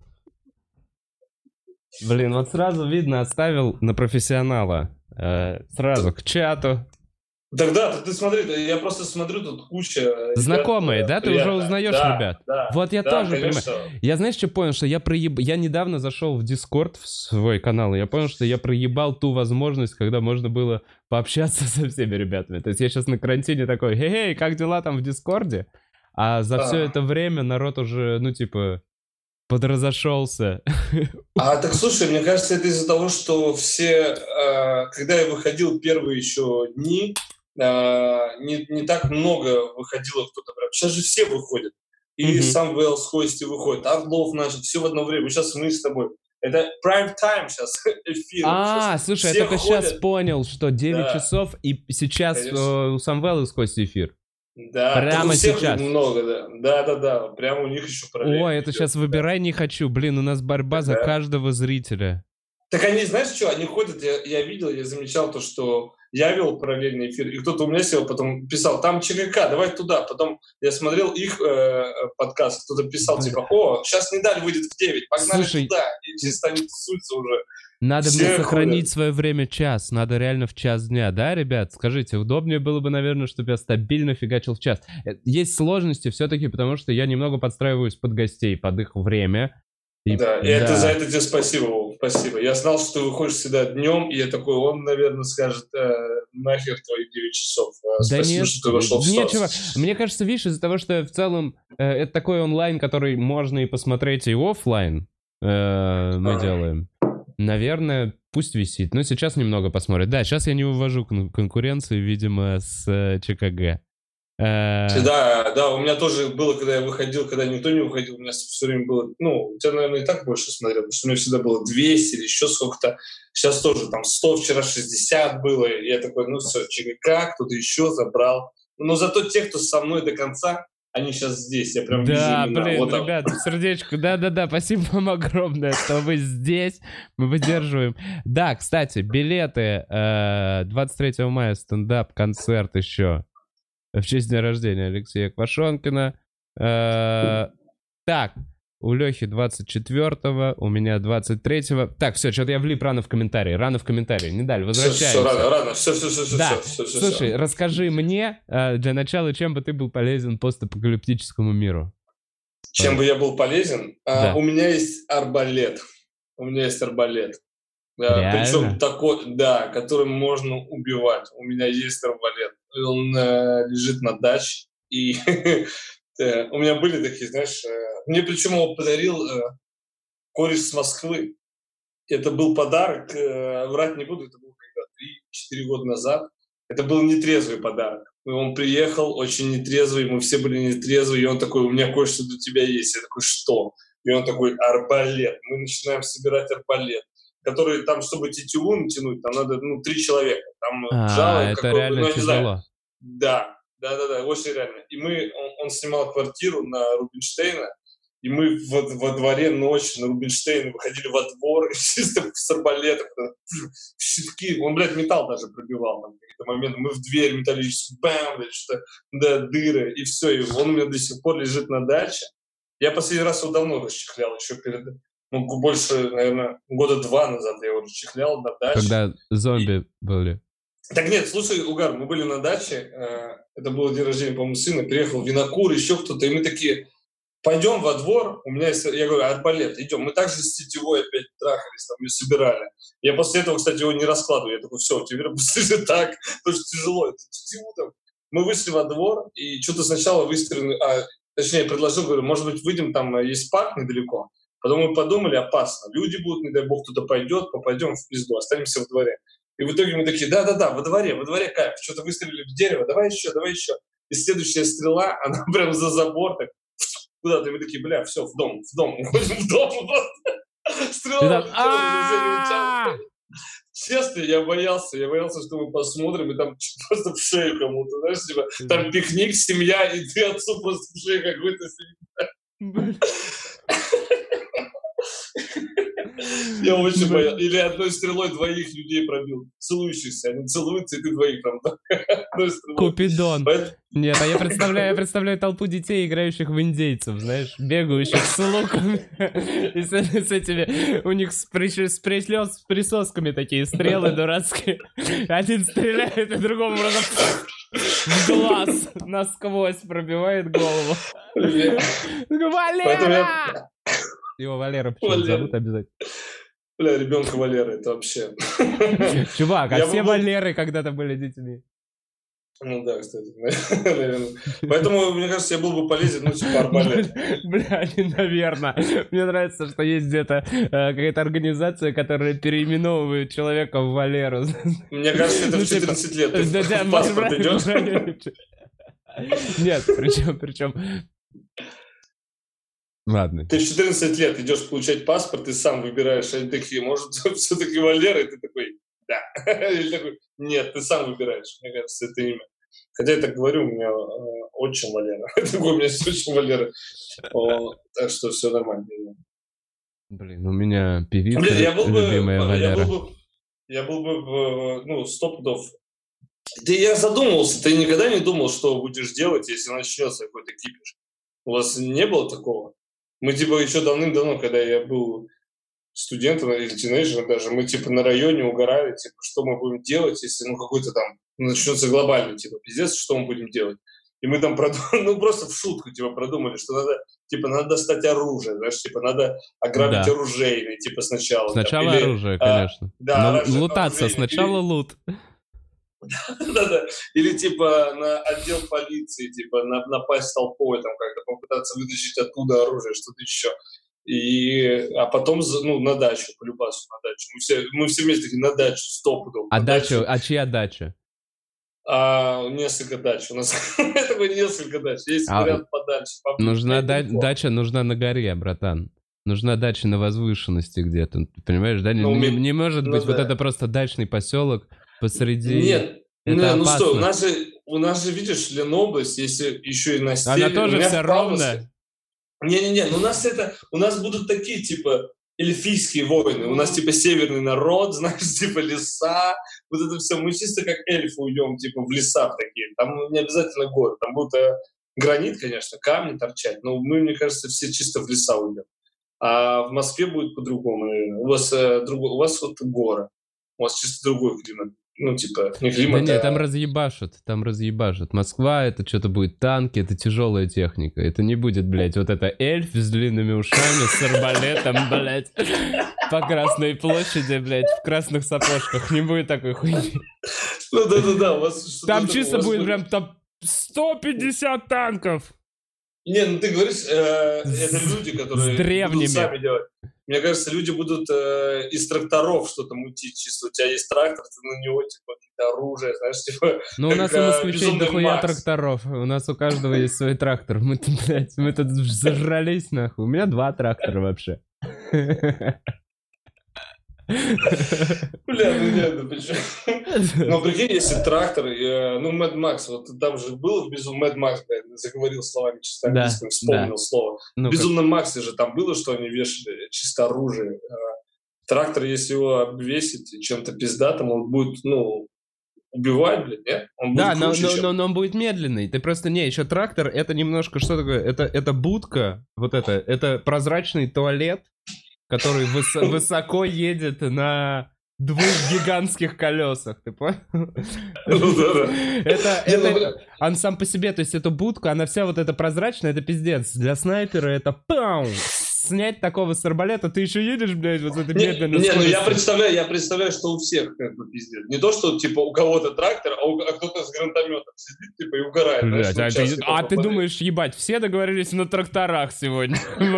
A: Вот сразу видно, оставил на профессионала. Сразу к чату.
B: Да, ты смотри, я просто смотрю, тут куча...
A: Знакомые, да? Ты уже узнаешь ребят?
B: Да,
A: вот я тоже
B: конечно.
A: понимаю. Я знаешь, что понял? Что я недавно зашел в Discord, в свой канал, и я понял, что я проебал ту возможность, когда можно было пообщаться со всеми ребятами. То есть я сейчас на карантине такой, хей, как дела там в Дискорде? А за все это время народ уже, подразошелся.
B: Так слушай, мне кажется, это из-за того, что все, когда я выходил первые еще дни, не так много выходило кто-то прям. Сейчас же все выходят. И сам Вэлл с Костей выходит, Орлов наш, все в одно время. Сейчас мы с тобой. Это prime time сейчас, эфир.
A: Слушай, я только сейчас понял, что 9 часов, и сейчас у Самвела с Костей эфир.
B: Да,
A: прямо сейчас.
B: Много, да. Прямо у них еще проблемы.
A: Ой, это сейчас выбирай не хочу. У нас борьба за каждого зрителя.
B: Так они, знаешь что, они ходят, я видел, я замечал то, что я вел параллельный эфир, и кто-то у меня сел, потом писал, там ЧГК, давай туда. Потом я смотрел их подкаст, кто-то писал, типа, сейчас Нидаль выйдет в 9, погнали туда. если они тусуются уже.
A: Надо мне сохранить свое время час. Надо реально в час дня, да, ребят? Скажите, удобнее было бы, наверное, чтобы я стабильно фигачил в час. Есть сложности все-таки, потому что я немного подстраиваюсь под гостей, под их время.
B: И за это тебе спасибо, Вов, спасибо. Я знал, что ты выходишь всегда днем, и я такой, он, наверное, скажет, нахер твои 9 часов. Спасибо, нет, что ты вошел в
A: нечего. Мне кажется, видишь, из-за того, что в целом это такой онлайн, который можно и посмотреть и офлайн мы делаем. Наверное, пусть висит. Но сейчас немного посмотрят. Да, сейчас я не увожу конкуренцию, видимо, с ЧКГ.
B: Да, у меня тоже было, когда я выходил, когда никто не выходил, у меня все время было, у тебя, наверное, и так больше смотрел, потому что у меня всегда было 200 или еще сколько-то, сейчас тоже там 100, вчера 60 было, и я такой, все, ЧГК, кто-то еще забрал, но зато те, кто со мной до конца, они сейчас здесь, я прям вижу имена.
A: Блин, вот ребят, сердечко, да, спасибо вам огромное, что вы здесь, мы выдерживаем. Да, кстати, билеты 23 мая стендап-концерт еще. В честь дня рождения Алексея Квашонкина. Так, у Лехи 24-го, у меня 23-го. Так, все, что-то я влип рано в комментарии. Не дали, возвращаемся.
B: Все, рано.
A: Слушай, расскажи мне, для начала, чем бы ты был полезен постапокалиптическому миру?
B: Чем бы я был полезен? Да. У меня есть арбалет. Причем такой, которым можно убивать. У меня есть арбалет. Он лежит на даче. И у меня были такие, знаешь... Мне причем его подарил кореш с Москвы. Это был подарок, врать не буду, это было когда 3-4 года назад. Это был нетрезвый подарок. Он приехал очень нетрезвый, мы все были нетрезвые, и он такой, у меня кое-что для тебя есть. Я такой, что? И он такой, арбалет. Мы начинаем собирать арбалет, который там, чтобы тетиву натянуть, там надо 3 человека. Там жало
A: это реально тяжело.
B: Да, очень реально. И он снимал квартиру на Рубинштейна, и мы во дворе ночью на Рубинштейна выходили во двор чисто с арбалетом, щитки. Он, металл даже пробивал там в какие-то моменты. Мы в дверь металлическую, бам, дыры, и все. И он у меня до сих пор лежит на даче. Я последний раз его давно расчехлял, еще перед... больше, наверное, 2 года назад я его расчехлял на даче.
A: Когда зомби были.
B: Так нет, слушай, Угар, мы были на даче, это было день рождения, по-моему, сына, приехал винокур, еще кто-то, и мы такие, пойдем во двор, у меня есть, я говорю, арбалет, идем. Мы также с тетивой опять трахались, там ее собирали. Я после этого, кстати, его не раскладываю, я такой, все, теперь пусть лежит так, потому что тяжело, это тетиву там. Мы вышли во двор, и что-то сначала выстрелили, точнее, я предложил, говорю, может быть, выйдем, там есть парк недалеко. Потом мы подумали, опасно, люди будут, не дай бог, кто-то пойдет, попадем в пизду, останемся во дворе. И в итоге мы такие, да, во дворе кайф, что-то выстрелили в дерево, давай еще. И следующая стрела, она прям за забор, так, куда-то, и мы такие, все, в дом, уходим в дом. Стрела. Честно, я боялся, что мы посмотрим, и там просто в шею кому-то, знаешь, типа, там пикник, семья, и ты отцу просто в шею какой-то сидит. Я очень боялся. Или одной стрелой 2 людей пробил. Целующихся. Они целуются, и ты 2 там.
A: Купидон. Нет, а я представляю толпу детей, играющих в индейцев, знаешь, бегающих с луками. И с этими, у них с присосками такие стрелы дурацкие. Один стреляет, и другому в глаз насквозь пробивает голову. Валера! Его Валера почему зовут обязательно.
B: Ребенка Валера, это вообще...
A: Чувак, все Валеры когда-то были детьми.
B: Ну да, кстати, наверное. Поэтому, мне кажется, я был бы полезен, арбалет.
A: Наверное. Мне нравится, что есть где-то какая-то организация, которая переименовывает человека в Валеру.
B: Мне кажется, это в 14 лет. Ты в паспорт идешь?
A: Нет, причем... Ладно.
B: Ты в 14 лет идешь получать паспорт, ты сам выбираешь, они такие, может, все-таки Валера, и ты такой, да. Или такой, нет, ты сам выбираешь. Мне кажется, это имя. Хотя я так говорю, у меня отчим Валера. Такой у меня есть отчим Валера. Так что все нормально.
A: Блин, у меня певица любимая Валера.
B: Я был бы, 100 пудов. Я задумывался, ты никогда не думал, что будешь делать, если начнется какой-то кипиш? У вас не было такого? Мы еще давным-давно, когда я был студенты или тинейджеры даже, мы, типа, на районе угорали, типа, что мы будем делать, если, ну, какой-то там начнется глобальный, типа, пиздец, что мы будем делать. И мы там, ну, просто в шутку, типа, продумали, что надо, типа, надо достать оружие, знаешь, типа, надо ограбить оружейный, типа, сначала.
A: Сначала там, оружие, конечно.
B: Да,
A: но лутаться, сначала лут.
B: Да-да. Или, типа, на отдел полиции, типа, напасть толпой, там, как-то попытаться вытащить оттуда оружие, что-то еще. А потом, ну, на дачу, по любасу на дачу. Мы все вместе такие, на дачу, стопудово.
A: А чья дача?
B: Несколько дач. У нас такой несколько дач. Есть вариант подальше.
A: Нужна дача, нужна на горе, братан. Нужна дача на возвышенности где-то. Понимаешь, да? Не может быть вот это просто дачный поселок посреди...
B: Нет, ну что, у нас же, видишь, Ленобласть, если еще и на стеле...
A: Она тоже вся ровная.
B: Не-не-не, у нас будут такие, типа, эльфийские войны. У нас, типа, северный народ, знаешь, типа, леса. Вот это все. Мы чисто как эльфы уйдем, типа, в леса такие. Там не обязательно горы. Там будут гранит, конечно, камни торчать. Но мы, мне кажется, все чисто в леса уйдем. А в Москве будет по-другому. У вас вот горы. У вас чисто другой климат. Ну, типа, не климат,
A: да нет, там разъебашут. Москва, это что-то будет танки, это тяжелая техника. Это не будет, блядь, вот это эльф с длинными ушами, с арбалетом, блядь, по Красной площади, блядь, в красных сапожках. Не будет такой хуйни.
B: Ну, да-да-да, у вас...
A: Там чисто будет прям там 150 танков.
B: Не, ну ты говоришь, это люди, которые будут сами делать. Мне кажется, люди будут из тракторов что-то мутить чисто. У тебя есть трактор, ты на него, типа, какие-то оружие, знаешь, типа...
A: Ну, у нас у москвичей дохуя тракторов. У нас у каждого есть свой трактор. Мы тут зажрались, нахуй. У меня 2 трактора вообще.
B: Бля, ну нет, ну почему? Ну, прикинь, если трактор, ну, Mad Max, вот там же был в Безумном Mad Max, заговорил словами чисто английским, вспомнил слово. В Безумном Максе же там было, что они вешали чисто оружие. Трактор, если его обвесить чем-то пиздатым, он будет, ну, убивать, блин, нет?
A: Да, но он будет медленный. Ты просто, еще трактор, это немножко, что такое? Это будка, вот это прозрачный туалет, который высоко едет на 2 гигантских колесах, ты понял? Это он сам по себе, то есть эту будку, она вся вот эта прозрачная, это пиздец. Для снайпера это пау! Снять такого с арбалета, ты еще едешь, блядь, вот это медленно.
B: Не, ну я представляю, что у всех как бы пиздец. Не то, что типа у кого-то трактор, а кто-то с гранатометом сидит, типа, и угорает.
A: Блядь, ты думаешь, ебать, все договорились на тракторах сегодня?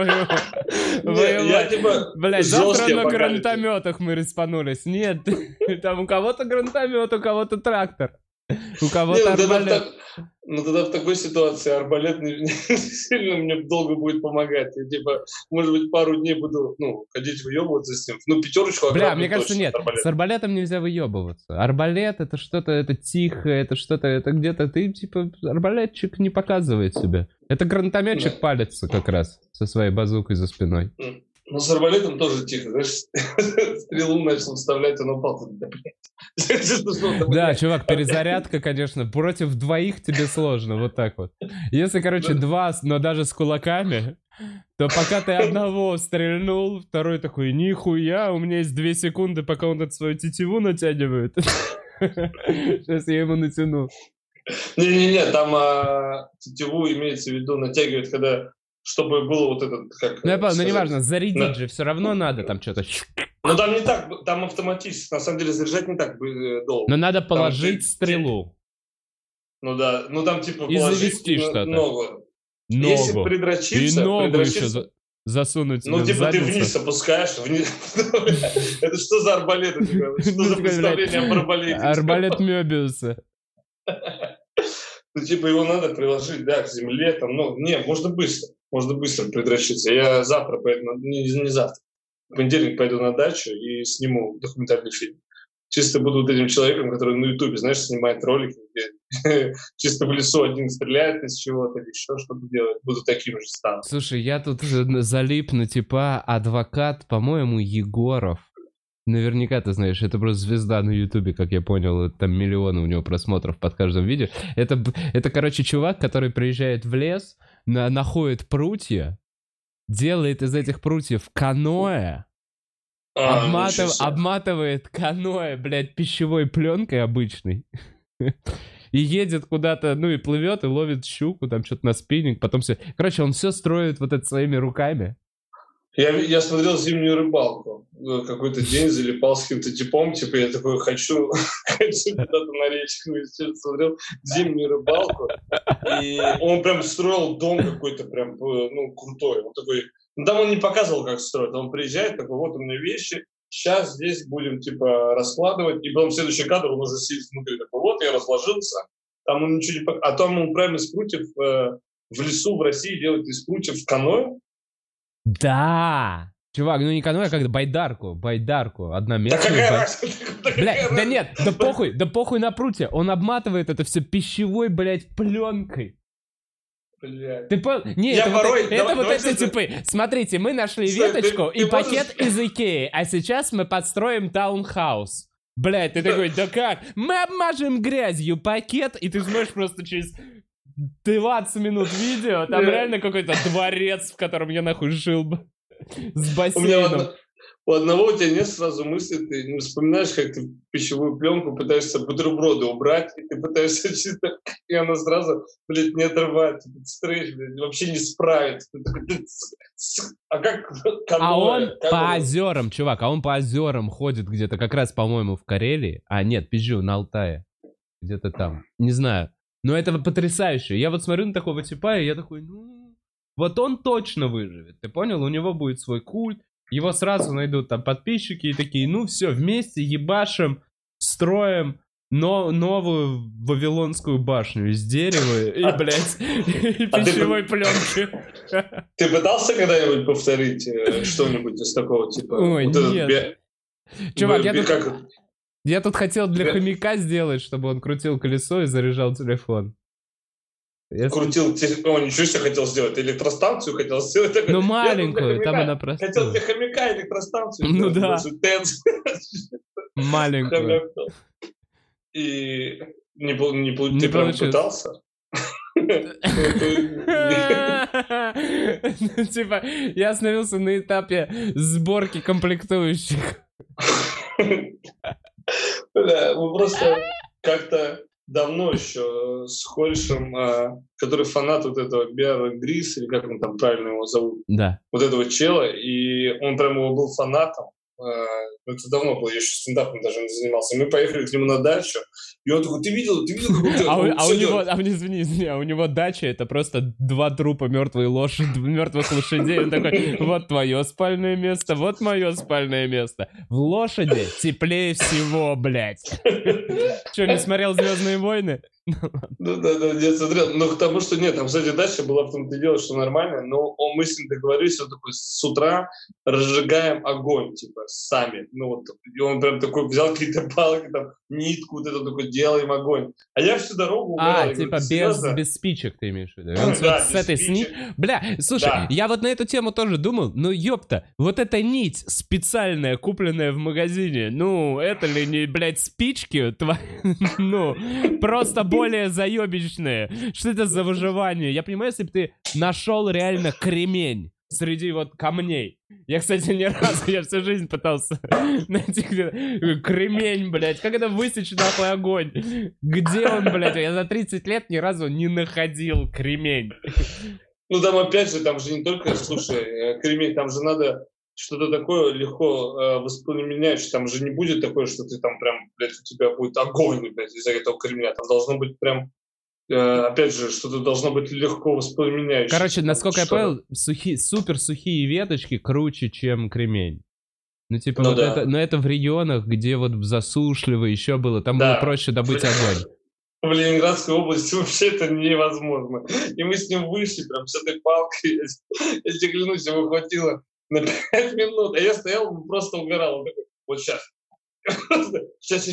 B: Я типа...
A: Блядь, завтра на гранатометах мы респанулись. Нет, там у кого-то гранатомет, у кого-то трактор. У кого-то арбалет.
B: Ну тогда в такой ситуации арбалет не сильно мне долго будет помогать. Я, типа, может быть, пару дней буду, ходить выебываться с ним. Ну, 5
A: Бля, мне кажется, нет. С арбалетом нельзя выебываться. Арбалет — это что-то, это тихо, это что-то, это где-то ты, типа, арбалетчик не показывает себя. Это гранатометчик палится как раз со своей базукой за спиной.
B: Ну, с арбалетом тоже тихо, знаешь, стрелу начал вставлять, он упал.
A: Да, чувак, перезарядка, конечно, против 2 тебе сложно, вот так вот. Если, короче, 2, но даже с кулаками, то пока ты одного стрельнул, второй такой, нихуя, у меня есть 2 секунды, пока он эту свою тетиву натягивает. Сейчас я ему натяну.
B: Не-не-не, там тетиву имеется в виду натягивает, когда... Чтобы было вот этот, как...
A: Ну, неважно, зарядить же все равно надо там что-то...
B: Ну, там не так, там автоматически, на самом деле, заряжать не так долго.
A: Но надо положить стрелу.
B: Ну да, ну там типа
A: и завести что-то.
B: Ногу. Если придрочиться...
A: И ногу еще засунуть.
B: Ну, типа ты вниз опускаешь, вниз. Это что за арбалет? Что за представление об арбалете?
A: Арбалет Мёбиуса.
B: Ну, типа, его надо приложить, да, к земле, там, можно быстро придрочиться. Я завтра пойду, не завтра, в понедельник пойду на дачу и сниму документальный фильм. Чисто буду вот этим человеком, который на Ютубе, знаешь, снимает ролики, где чисто в лесу один стреляет из чего-то, или еще что-то делает. Буду таким же стану.
A: Слушай, я тут залип на типа адвокат, по-моему, Егоров. Наверняка ты знаешь, это просто звезда на Ютубе, как я понял, там миллионы у него просмотров под каждым видео. Это, короче, чувак, который приезжает в лес, находит прутья, делает из этих прутьев каноэ, Обматывает каноэ, блядь, пищевой пленкой обычной. И едет куда-то, ну и плывет, и ловит щуку, там что-то на спиннинг, потом все. Короче, он все строит вот это своими руками.
B: Я смотрел «Зимнюю рыбалку». Какой-то день залипал с каким-то типом, типа я такой хочу куда-то на речку. Смотрел «Зимнюю рыбалку». И он прям строил дом какой-то прям, ну, крутой. Он такой, ну, там он не показывал, как строить. Он приезжает, такой, вот у меня вещи, сейчас здесь будем, типа, раскладывать. И потом следующий кадр, он уже сидит внутри, такой, вот я разложился. Там он ничего не показывает. А там он прямо из прутьев в лесу в России делает из прутьев каноэ.
A: Да! Чувак, ну не каноэ, а как байдарку. Одноместную. Блядь, да нет, да похуй на прутья. Он обматывает это все пищевой, блядь, пленкой.
B: Блядь.
A: Ты понял? Не, это вот эти типы. Смотрите, мы нашли веточку и пакет из Икеи, а сейчас мы подстроим таунхаус. Блядь, ты такой, да как? Мы обмажем грязью пакет, и ты смотришь просто через 20 минут видео, там реально какой-то дворец, в котором я нахуй жил бы. С бассейном.
B: У одного у тебя нет сразу мысли, ты не вспоминаешь, как ты пищевую пленку пытаешься бутерброды убрать, и ты пытаешься чисто, и она сразу, блядь, не отрывается, этот стрейч, блядь, вообще не справится. А как каноэ?
A: А он по озерам, чувак, по озерам ходит где-то как раз, по-моему, в Карелии. А, нет, пизжу, на Алтае. Где-то там. Не знаю. Но это потрясающе. Я вот смотрю на такого типа, и я такой, ну... Вот он точно выживет. Ты понял? У него будет свой культ. Его сразу найдут там подписчики и такие, ну все, вместе ебашим, строим новую Вавилонскую башню из дерева и, блядь, и пищевой пленки.
B: Ты пытался когда-нибудь повторить что-нибудь из такого типа?
A: Ой, нет. Чувак, я тут хотел для хомяка сделать, чтобы он крутил колесо и заряжал телефон.
B: Крутил телефон, ничего себе хотел сделать, электростанцию хотел сделать.
A: Ну, маленькую, там она просто...
B: Хотел для хомяка электростанцию
A: сделать.
B: Ну да.
A: Маленькую.
B: И ты прям пытался?
A: Типа, я остановился на этапе сборки комплектующих.
B: Бля, мы просто как-то давно еще с корешем, который фанат вот этого Беара Грис, или как он там правильно его зовут,
A: да.
B: Вот этого чела, и он прям его был фанатом. Это давно было, я еще стендапом даже не занимался. Мы поехали к нему на дачу, и он такой, ты видел, как
A: извини, у него дача, это просто 2 трупа мертвых лошадей. Он такой, вот твое спальное место, вот мое спальное место. В лошади теплее всего, блядь. Че, не смотрел «Звездные войны»?
B: Ну да, я смотрел. Но к тому, что нет, там, кстати, дальше было в том-то дело, что нормально, но мы с ним договорились, он такой, с утра разжигаем огонь, типа, сами. Ну вот, и он прям такой взял какие-то палки, там, нитку, вот это такой, делаем огонь. А я всю дорогу убирал.
A: Типа без спичек ты имеешь в виду? Он
B: да,
A: с этой Бля, слушай, я вот на эту тему тоже думал, ну ёпта, вот эта нить специальная, купленная в магазине, ну, это ли не, блядь, спички? Ну, просто более заебищные. Что это за выживание? Я понимаю, если бы ты нашел реально кремень среди вот камней. Я, кстати, ни разу, я всю жизнь пытался найти кремень, блядь. Как это высечь нахуй огонь? Где он, блядь? Я за 30 лет ни разу не находил кремень.
B: Ну там опять же, там же не только, слушай, кремень, там же надо что-то такое легко воспламеняющее. Там же не будет такое, что ты там прям, блядь, у тебя будет огонь, блядь, из-за этого кремня. Там должно быть прям, опять же, что-то должно быть легко воспламеняющее.
A: Короче, насколько я понял, супер сухие веточки круче, чем кремень. Ну, типа, вот это, но это в регионах, где вот засушливо еще было, там было проще добыть огонь.
B: В Ленинградской области вообще это невозможно. И мы с ним вышли прям с этой палкой. Я тебе клянусь, его хватило на 5 минут. А я стоял, просто угорал. Он такой, вот сейчас. Сейчас.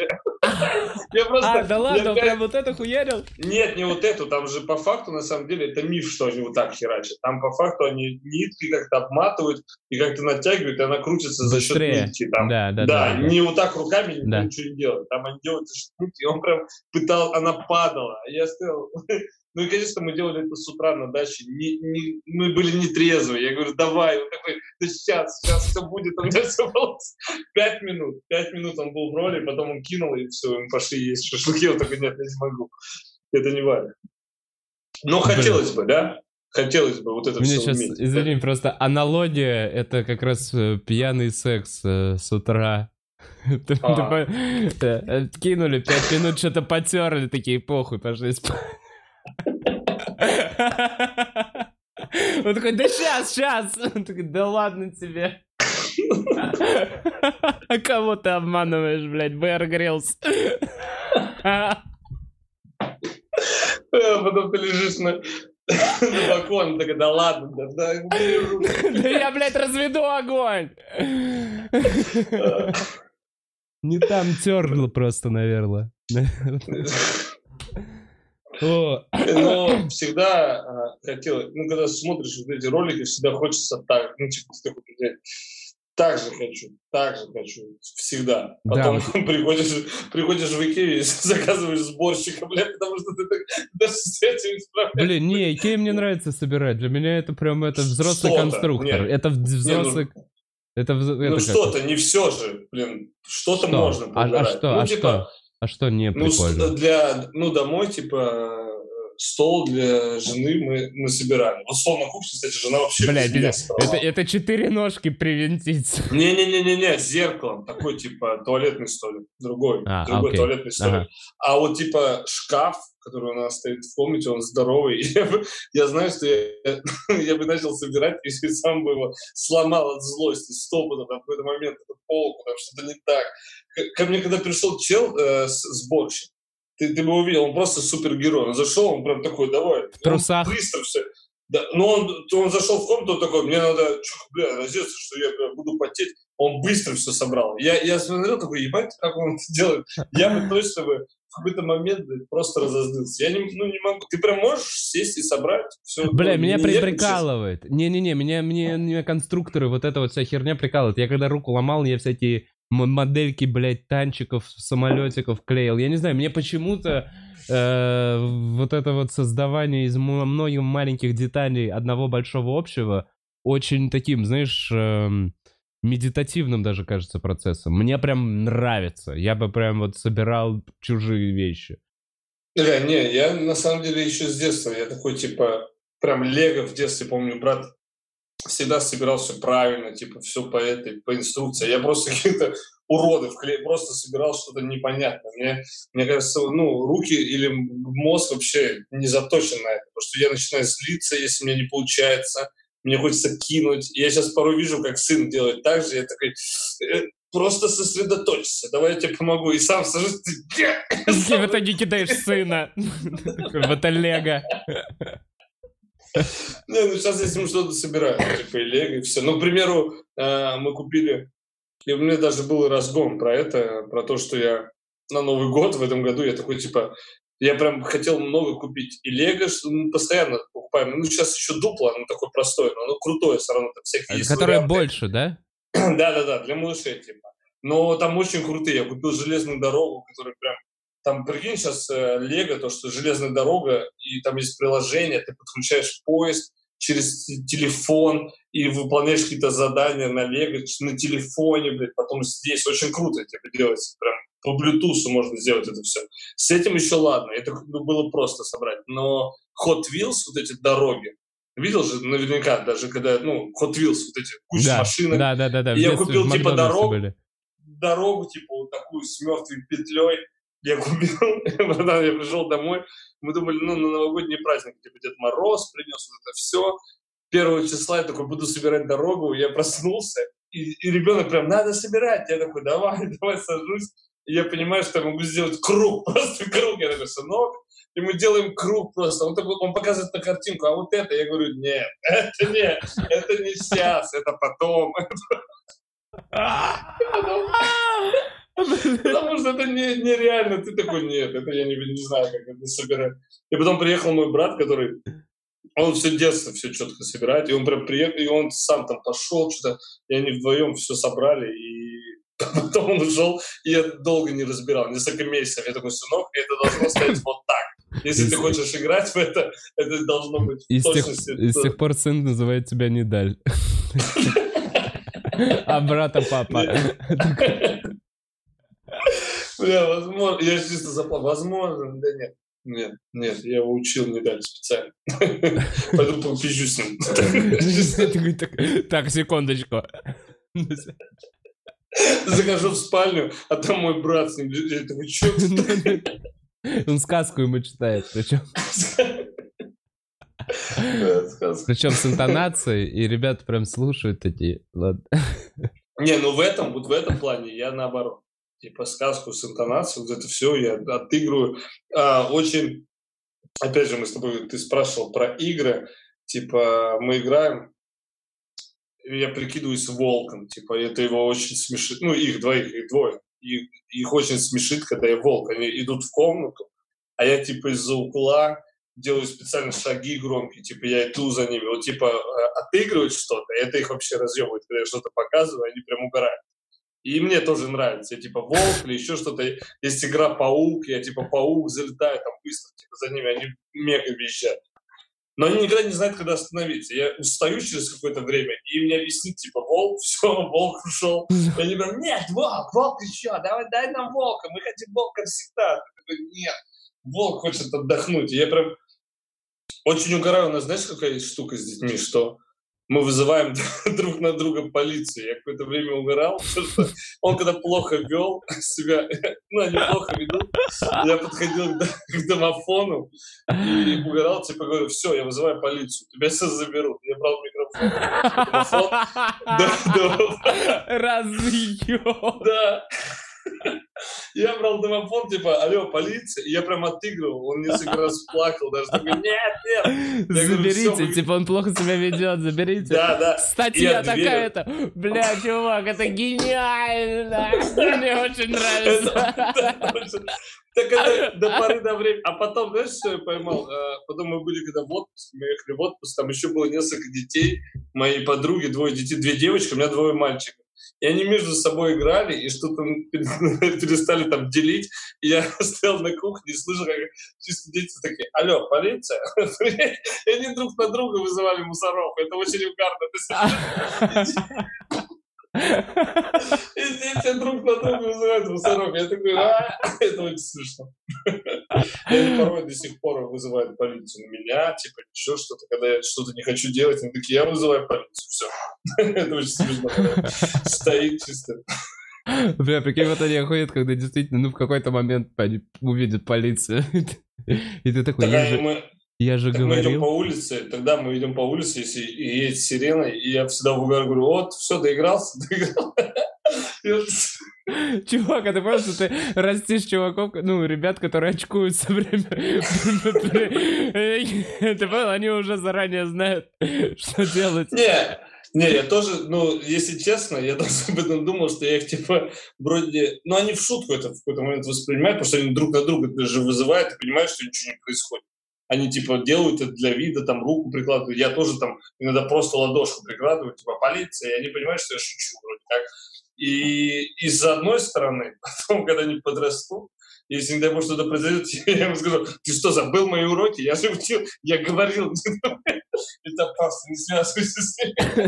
B: Я просто...
A: да ладно, он прям вот это хуярил?
B: Нет, не вот эту. Там же по факту, на самом деле, это миф, что они вот так херачат. Там по факту они нитки как-то обматывают и как-то натягивают, и она крутится за счет нитки. Да, не вот так руками ничего не делают. Там они делают за счет нитки, и он прям пытал, она падала. А я стоял... Ну и, конечно, мы делали это с утра на даче. Мы были нетрезвые. Я говорю, давай. Он такой, да сейчас все будет, у меня все получится. 5 минут он был в роли, потом он кинул, и все, мы пошли есть шашлыки, он такой, нет, я не могу, это не Валя. Но хотелось бы, да? Хотелось бы вот это
A: мне
B: все
A: сейчас,
B: уметь.
A: извини, просто аналогия, это как раз пьяный секс с утра. Кинули 5 минут, что-то потерли, такие, похуй, пошли спать. Он такой, да сейчас. Он такой, да ладно тебе. А кого ты обманываешь, блядь, Бэр Гриллс?
B: Потом ты лежишь на балконе, такой, да ладно, да.
A: Да я, блядь, разведу огонь. Не там терло просто, наверное.
B: Но всегда хотел, когда смотришь вот эти ролики, всегда хочется так, так же хочу, всегда. Потом приходишь в Икею и заказываешь сборщика, блядь, потому что ты даже с этим справляешься.
A: Блин, не, Икея мне нравится собирать, для меня это прям взрослый конструктор. Это взрослый...
B: Ну что-то, не все же, блин, что-то можно подбирать.
A: А что не прикольно?
B: Домой, стол для жены мы собирали. Вот стол на кухне, кстати, жена вообще...
A: Блядь, это 4 ножки привинтить.
B: Не-не-не, с зеркалом. Такой, туалетный столик. Другой туалетный столик. А вот, шкаф, который у нас стоит в комнате, он здоровый. Я знаю, что я бы начал собирать, если сам бы его сломал от злости. Стопудово в какой-то момент эту полку, там что-то не так. Ко мне, когда пришел чел, сборщик, ты бы увидел, он просто супергерой. Он зашел, он прям такой, давай.
A: В трусах.
B: Быстро все. Да, но он зашел в комнату, он такой, мне надо, раздеться, что я прям буду потеть. Он быстро все собрал. Я смотрел, такой, ебать, как он это делает. Я бы точно в какой-то момент просто разозлился. Я не могу. Ты прям можешь сесть и собрать все.
A: Бля, меня прикалывает. Не-не-не, меня конструкторы, вот эта вот вся херня прикалывает. Я когда руку ломал, я всякие модельки, блядь, танчиков, самолетиков клеил. Я не знаю, мне почему-то вот это вот создавание из многих маленьких деталей одного большого общего очень таким, знаешь, медитативным даже кажется процессом. Мне прям нравится. Я бы прям вот собирал чужие вещи.
B: Я на самом деле еще с детства. Я такой, прям лего в детстве, помню, брат всегда собирал все правильно, все по инструкции. Я просто каких-то уродов просто собирал что-то непонятное. Мне кажется, руки или мозг вообще не заточен на это, потому что я начинаю злиться, если мне не получается, мне хочется кинуть. Я сейчас порой вижу, как сын делает так же, я такой, просто сосредоточься, давай я тебе помогу. И сам сажусь,
A: ты в итоге кидаешь сына. В это лего.
B: Сейчас если мы что-то собираем, и лего, и все. К примеру, мы купили, и у меня даже был разгон про то, что я на Новый год в этом году, я такой, я прям хотел новый купить. И лего, что мы постоянно покупаем. Сейчас еще дупло, оно такое простое, но оно крутое все равно. Там всякие есть
A: которое
B: варианты.
A: Больше, да?
B: Да, для малышей, Но там очень крутые. Я купил железную дорогу, которая прям... Там, прикинь, сейчас лего, то, что железная дорога, и там есть приложение, ты подключаешь поезд через телефон и выполняешь какие-то задания на лего, на телефоне, блядь, потом здесь. Очень круто это делается, прям по Bluetooth можно сделать это все. С этим еще ладно, это было просто собрать. Но Hot Wheels, вот эти дороги, видел же наверняка, даже когда, Hot Wheels, вот эти куча машинок.
A: Да.
B: Я купил, дорогу, вот такую с мертвой петлей. Я купил, потом я пришел домой, мы думали, на новогодний праздник, Дед Мороз принес вот это все. 1 числа я такой, буду собирать дорогу, я проснулся, и ребенок прям, надо собирать. Я такой, давай сажусь. И я понимаю, что я могу сделать круг, просто круг. Я такой, сынок, и мы делаем круг просто. Он показывает на картинку, а вот это, я говорю, нет, это не сейчас, это потом. Потому что это нереально. Ты такой, нет, это я не знаю, как это собирать. И потом приехал мой брат, который... Он все детство все четко собирает. И он прям приехал, и он сам там пошел, что-то. И они вдвоем все собрали. И потом он ушел, и я долго не разбирал. Несколько месяцев. Я такой, сынок, это должно стоять вот так. Если ты хочешь играть в это должно быть в точности.
A: И с тех пор сын называет тебя Нидаль. А брата папа.
B: Бля, возможно. Я чисто заплакал. Возможно, да нет. Нет, я его учил, не дали специально. Пойду попизжу с ним.
A: Так, секундочку.
B: Захожу в спальню, а там мой брат с ним. Это вы чё?
A: Он сказку ему читает, причем. Причем с интонацией, и ребята прям слушают такие. Ладно.
B: Не, ну в этом плане я наоборот. Типа сказку с интонацией, вот это все я отыгрываю. Очень, опять же, ты спрашивал про игры. Типа мы играем, я прикидываюсь волком. Типа это его очень смешит. Ну, их двое. Их очень смешит, когда я волк. Они идут в комнату, а я типа из-за угла делаю специально шаги громкие, типа я иду за ними, вот типа отыгрывать что-то, это их вообще разъебывает, когда я что-то показываю, они прям угорают. И мне тоже нравится, я типа волк или еще что-то, есть игра паук, я типа паук, залетаю там быстро, типа за ними, они мега визжат. Но они никогда не знают, когда остановиться. Я устаю через какое-то время, и мне объяснит, типа, волк, все, волк ушел. И они говорят, нет, волк еще, давай, дай нам волка, мы хотим волка всегда. Я такой, нет, волк хочет отдохнуть. И я прям очень угораю. У нас, знаешь, какая есть штука с детьми, что мы вызываем друг на друга полицию. Я какое-то время угорал, потому что он когда плохо вел себя, ну, они плохо ведут, я подходил к домофону и угорал, типа, говорю, все, я вызываю полицию, тебя сейчас заберут. Я брал микрофон,
A: Разъёб!
B: Да. Я брал домофон, типа, алло, полиция, и я прям отыгрывал, он несколько раз плакал, даже такой, нет.
A: Заберите, типа, он плохо себя ведет, заберите.
B: Да.
A: Статья такая-то. Бля, чувак, это гениально. Мне очень нравится.
B: Так это до поры до времени. А потом, знаешь, что я поймал? Потом мы были когда в отпуске, мы ехали в отпуск, там еще было несколько детей, моей подруги, 2 детей, 2 девочки, у меня 2 мальчиков. И они между собой играли, и что-то перестали там делить. И я стоял на кухне и слышал, как чисто дети такие, алло, полиция? И они друг на друга вызывали мусоров. Это очень угарно. И дети друг на друга вызывают мусоров. Я такой, это очень смешно. И они порой до сих пор вызывают полицию на меня, типа еще что-то, когда я что-то не хочу делать, они такие, я вызываю полицию, все. Это очень смешно. Стоит чисто.
A: Бля, прикинь, вот они охуят, когда действительно, в какой-то момент они увидят полицию. И ты такой, я же говорил.
B: Мы идем по улице, если едет сирена, и я всегда в угар говорю, вот, все, доигрался.
A: Чувак, а ты понял, что ты растишь чуваков, ребят, которые очкуются время... Ты понял, они уже заранее знают, что делать.
B: Не, я тоже, если честно, я даже об этом думал, что я их, типа, вроде... они в шутку это в какой-то момент воспринимают, потому что они друг на друга даже вызывают и понимают, что ничего не происходит. Они, типа, делают это для вида, там, руку прикладывают. Я тоже там иногда просто ладошку прикладываю, типа, полиция, и они понимают, что я шучу вроде как. И с одной стороны, потом, когда они подрастут, если, не дай бог, что-то произойдет, я им скажу, ты что, забыл мои уроки? Я же учил, я говорил. Это просто не связывайся с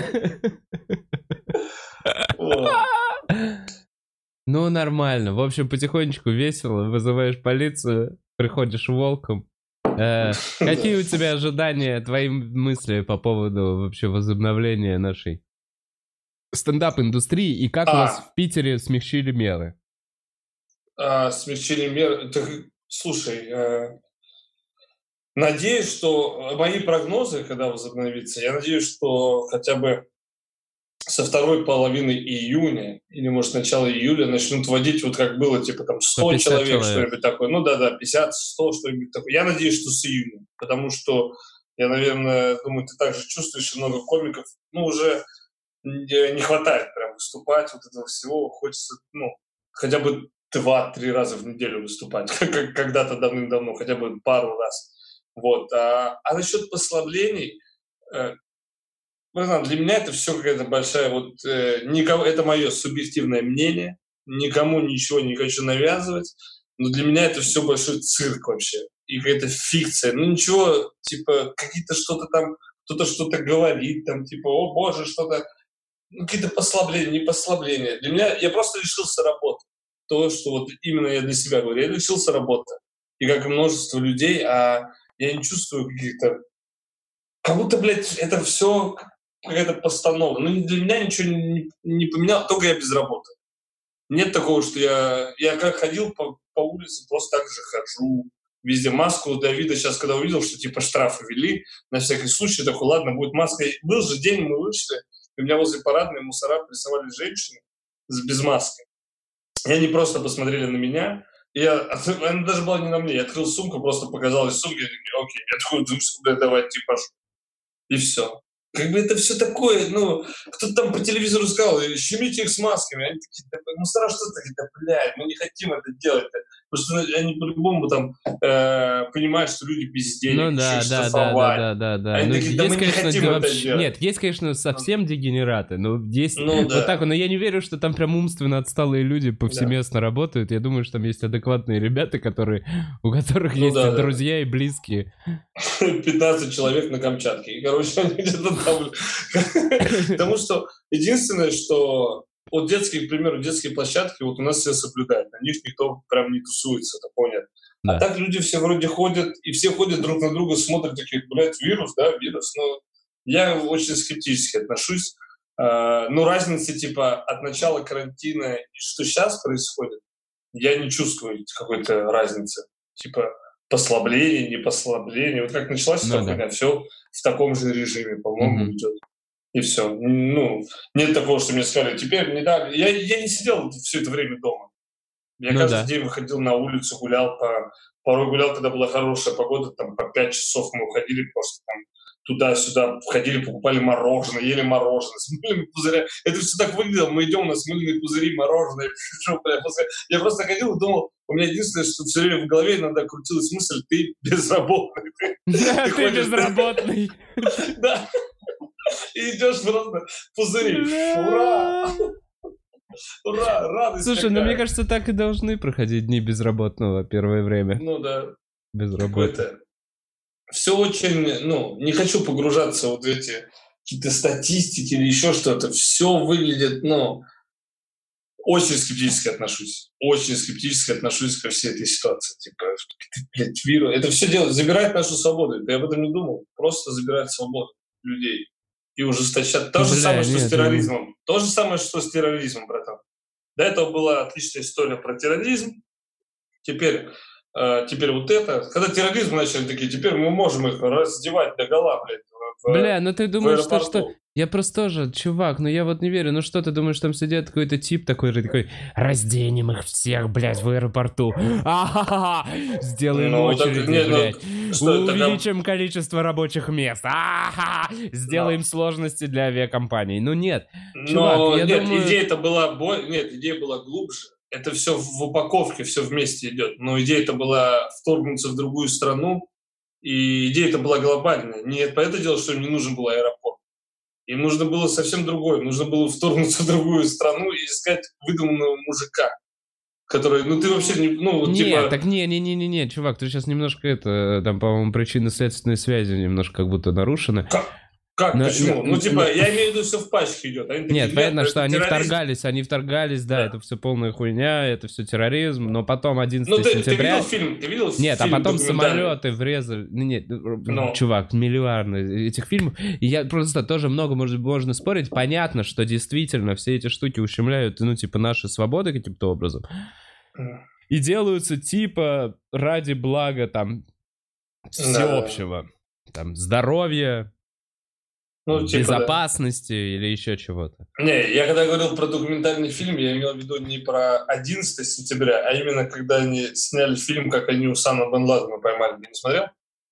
B: ним.
A: Ну, нормально. В общем, потихонечку весело. Вызываешь полицию, приходишь волком. Какие у тебя ожидания, твои мысли по поводу вообще возобновления нашей стендап-индустрии и как у вас в Питере смягчили меры?
B: Смягчили меры? Слушай, надеюсь, что мои прогнозы, когда возобновится, я надеюсь, что хотя бы со второй половины июня или, может, начала июля начнут вводить, вот как было, типа, там, 100 человек, что-нибудь такое. 50, 100, что-нибудь такое. Я надеюсь, что с июня, потому что я, наверное, думаю, ты также чувствуешь, что много комиков, уже не хватает прям выступать, вот этого всего. Хочется, хотя бы 2-3 раза в неделю выступать, как когда-то давным-давно, хотя бы пару раз. Вот. А насчет послаблений... для меня это все какая-то большая это мое субъективное мнение, никому ничего не хочу навязывать, но для меня это все большой цирк вообще и какая-то фикция. Ничего, типа, какие-то что-то там, кто-то что-то говорит, там, типа, о боже, что-то. какие-то послабления, не послабления. Для меня я просто лишился работы. То, что вот именно я для себя говорю, я лишился работы. И как и множество людей, а я не чувствую каких-то... Как будто, блядь, это все какая-то постанова. Ну, для меня ничего не поменяло, только я без работы. Нет такого, что я как ходил по улице, просто так же хожу. Везде маску для вида. Сейчас, когда увидел, что типа штрафы ввели, на всякий случай такой, ладно, будет маска. Был же день, мы вышли, и у меня возле парадной мусора прессовали женщины без маски. И они просто посмотрели на меня. Она даже была не на мне. Я открыл сумку, просто показалась сумка. Я такой, окей, я такой, думаю, давай, типа, и все. Как бы это все такое, ну, кто-то там по телевизору сказал, щемите их с масками. Они такие, мусора что-то такие, да, блядь, мы не хотим это делать. Потому что они по-любому там понимают, что люди без денег,
A: ну, да.
B: Они
A: Ну,
B: такие, да мы не хотим это делать.
A: Нет, есть, конечно, совсем дегенераты, но есть вот так, но я не верю, что там прям умственно отсталые люди повсеместно работают. Я думаю, что там есть адекватные ребята, у которых есть друзья и близкие.
B: 15 человек на Камчатке. И, короче, они где-то там... Потому что единственное, что... Вот детские, к примеру, детские площадки вот у нас все соблюдают. На них никто прям не тусуется, такого нет. Да. А так люди все вроде ходят, и все ходят друг на друга, смотрят, такие, блядь, вирус, да, вирус. Но я очень скептически отношусь. Но разницы, типа, от начала карантина и что сейчас происходит, я не чувствую какой-то разницы. Типа, послабление, не послабление. Вот как началась эта хуйня, все в таком же режиме, по-моему, идет. И все. Ну, нет такого, что мне сказали, теперь не дали. Я не сидел все это время дома. Я каждый день выходил на улицу, гулял, порой гулял, когда была хорошая погода, там по 5 часов мы уходили просто там туда-сюда, ходили, покупали мороженое, ели мороженое с мыльными пузырями. Это все так выглядело, мы идем, у нас мыльные пузыри, мороженое. Я просто ходил и думал, у меня единственное, что все время в голове иногда крутилась мысль, ты безработный.
A: Ты безработный.
B: Да. И идешь просто пузыри. Ура! Ура! Радость.
A: Слушай, ну мне кажется, так и должны проходить дни безработного первое время.
B: Ну да.
A: Без работы.
B: Все очень, не хочу погружаться вот в эти какие-то статистики или еще что-то. Все выглядит, очень скептически отношусь. Очень скептически отношусь ко всей этой ситуации. Типа, блядь, вирус. Это все делает, забирает нашу свободу. Я об этом не думал. Просто забирает свободу людей. И ужесточат. То же самое, что с терроризмом. То же самое, что с терроризмом, братан. До этого была отличная история про терроризм. Теперь вот это. Когда терроризм начали такие, теперь мы можем их раздевать догола, блядь.
A: Бля, ну ты думаешь, что... Я просто тоже, чувак, я вот не верю. Ну что ты думаешь, там сидит какой-то тип такой, разденем их всех, блядь, в аэропорту. А-ха-ха! Сделаем очередь, блядь. Увеличим количество рабочих мест. А-ха-ха! Сделаем сложности для авиакомпаний. Ну нет, чувак, я думаю...
B: идея была глубже. Это все в упаковке, все вместе идет. Но идея-то была вторгнуться в другую страну, и идея-то была глобальная. Нет, понятное дело, что им не нужен был аэропорт. Им нужно было совсем другое. Нужно было вторгнуться в другую страну и искать выдуманного мужика, который, ты вообще не,
A: Нет, так не, чувак, ты сейчас немножко там, по-моему, причинно-следственные связи немножко как будто нарушены.
B: Как? Почему? Я имею в виду, все в пачке идет.
A: Нет, понятно, что они вторгались, да, это все полная хуйня, это все терроризм, но потом 11 сентября...
B: Ты видел фильм?
A: Нет, а потом самолеты врезали... Нет, чувак, миллиарды этих фильмов. И я просто тоже можно спорить. Понятно, что действительно все эти штуки ущемляют, наши свободы каким-то образом. И делаются ради блага там всеобщего. Там здоровья, безопасности или еще чего-то.
B: Не, я когда говорил про документальный фильм, я имел в виду не про 11 сентября, а именно когда они сняли фильм, как они Усама бен Ладена поймали. Ты не смотрел?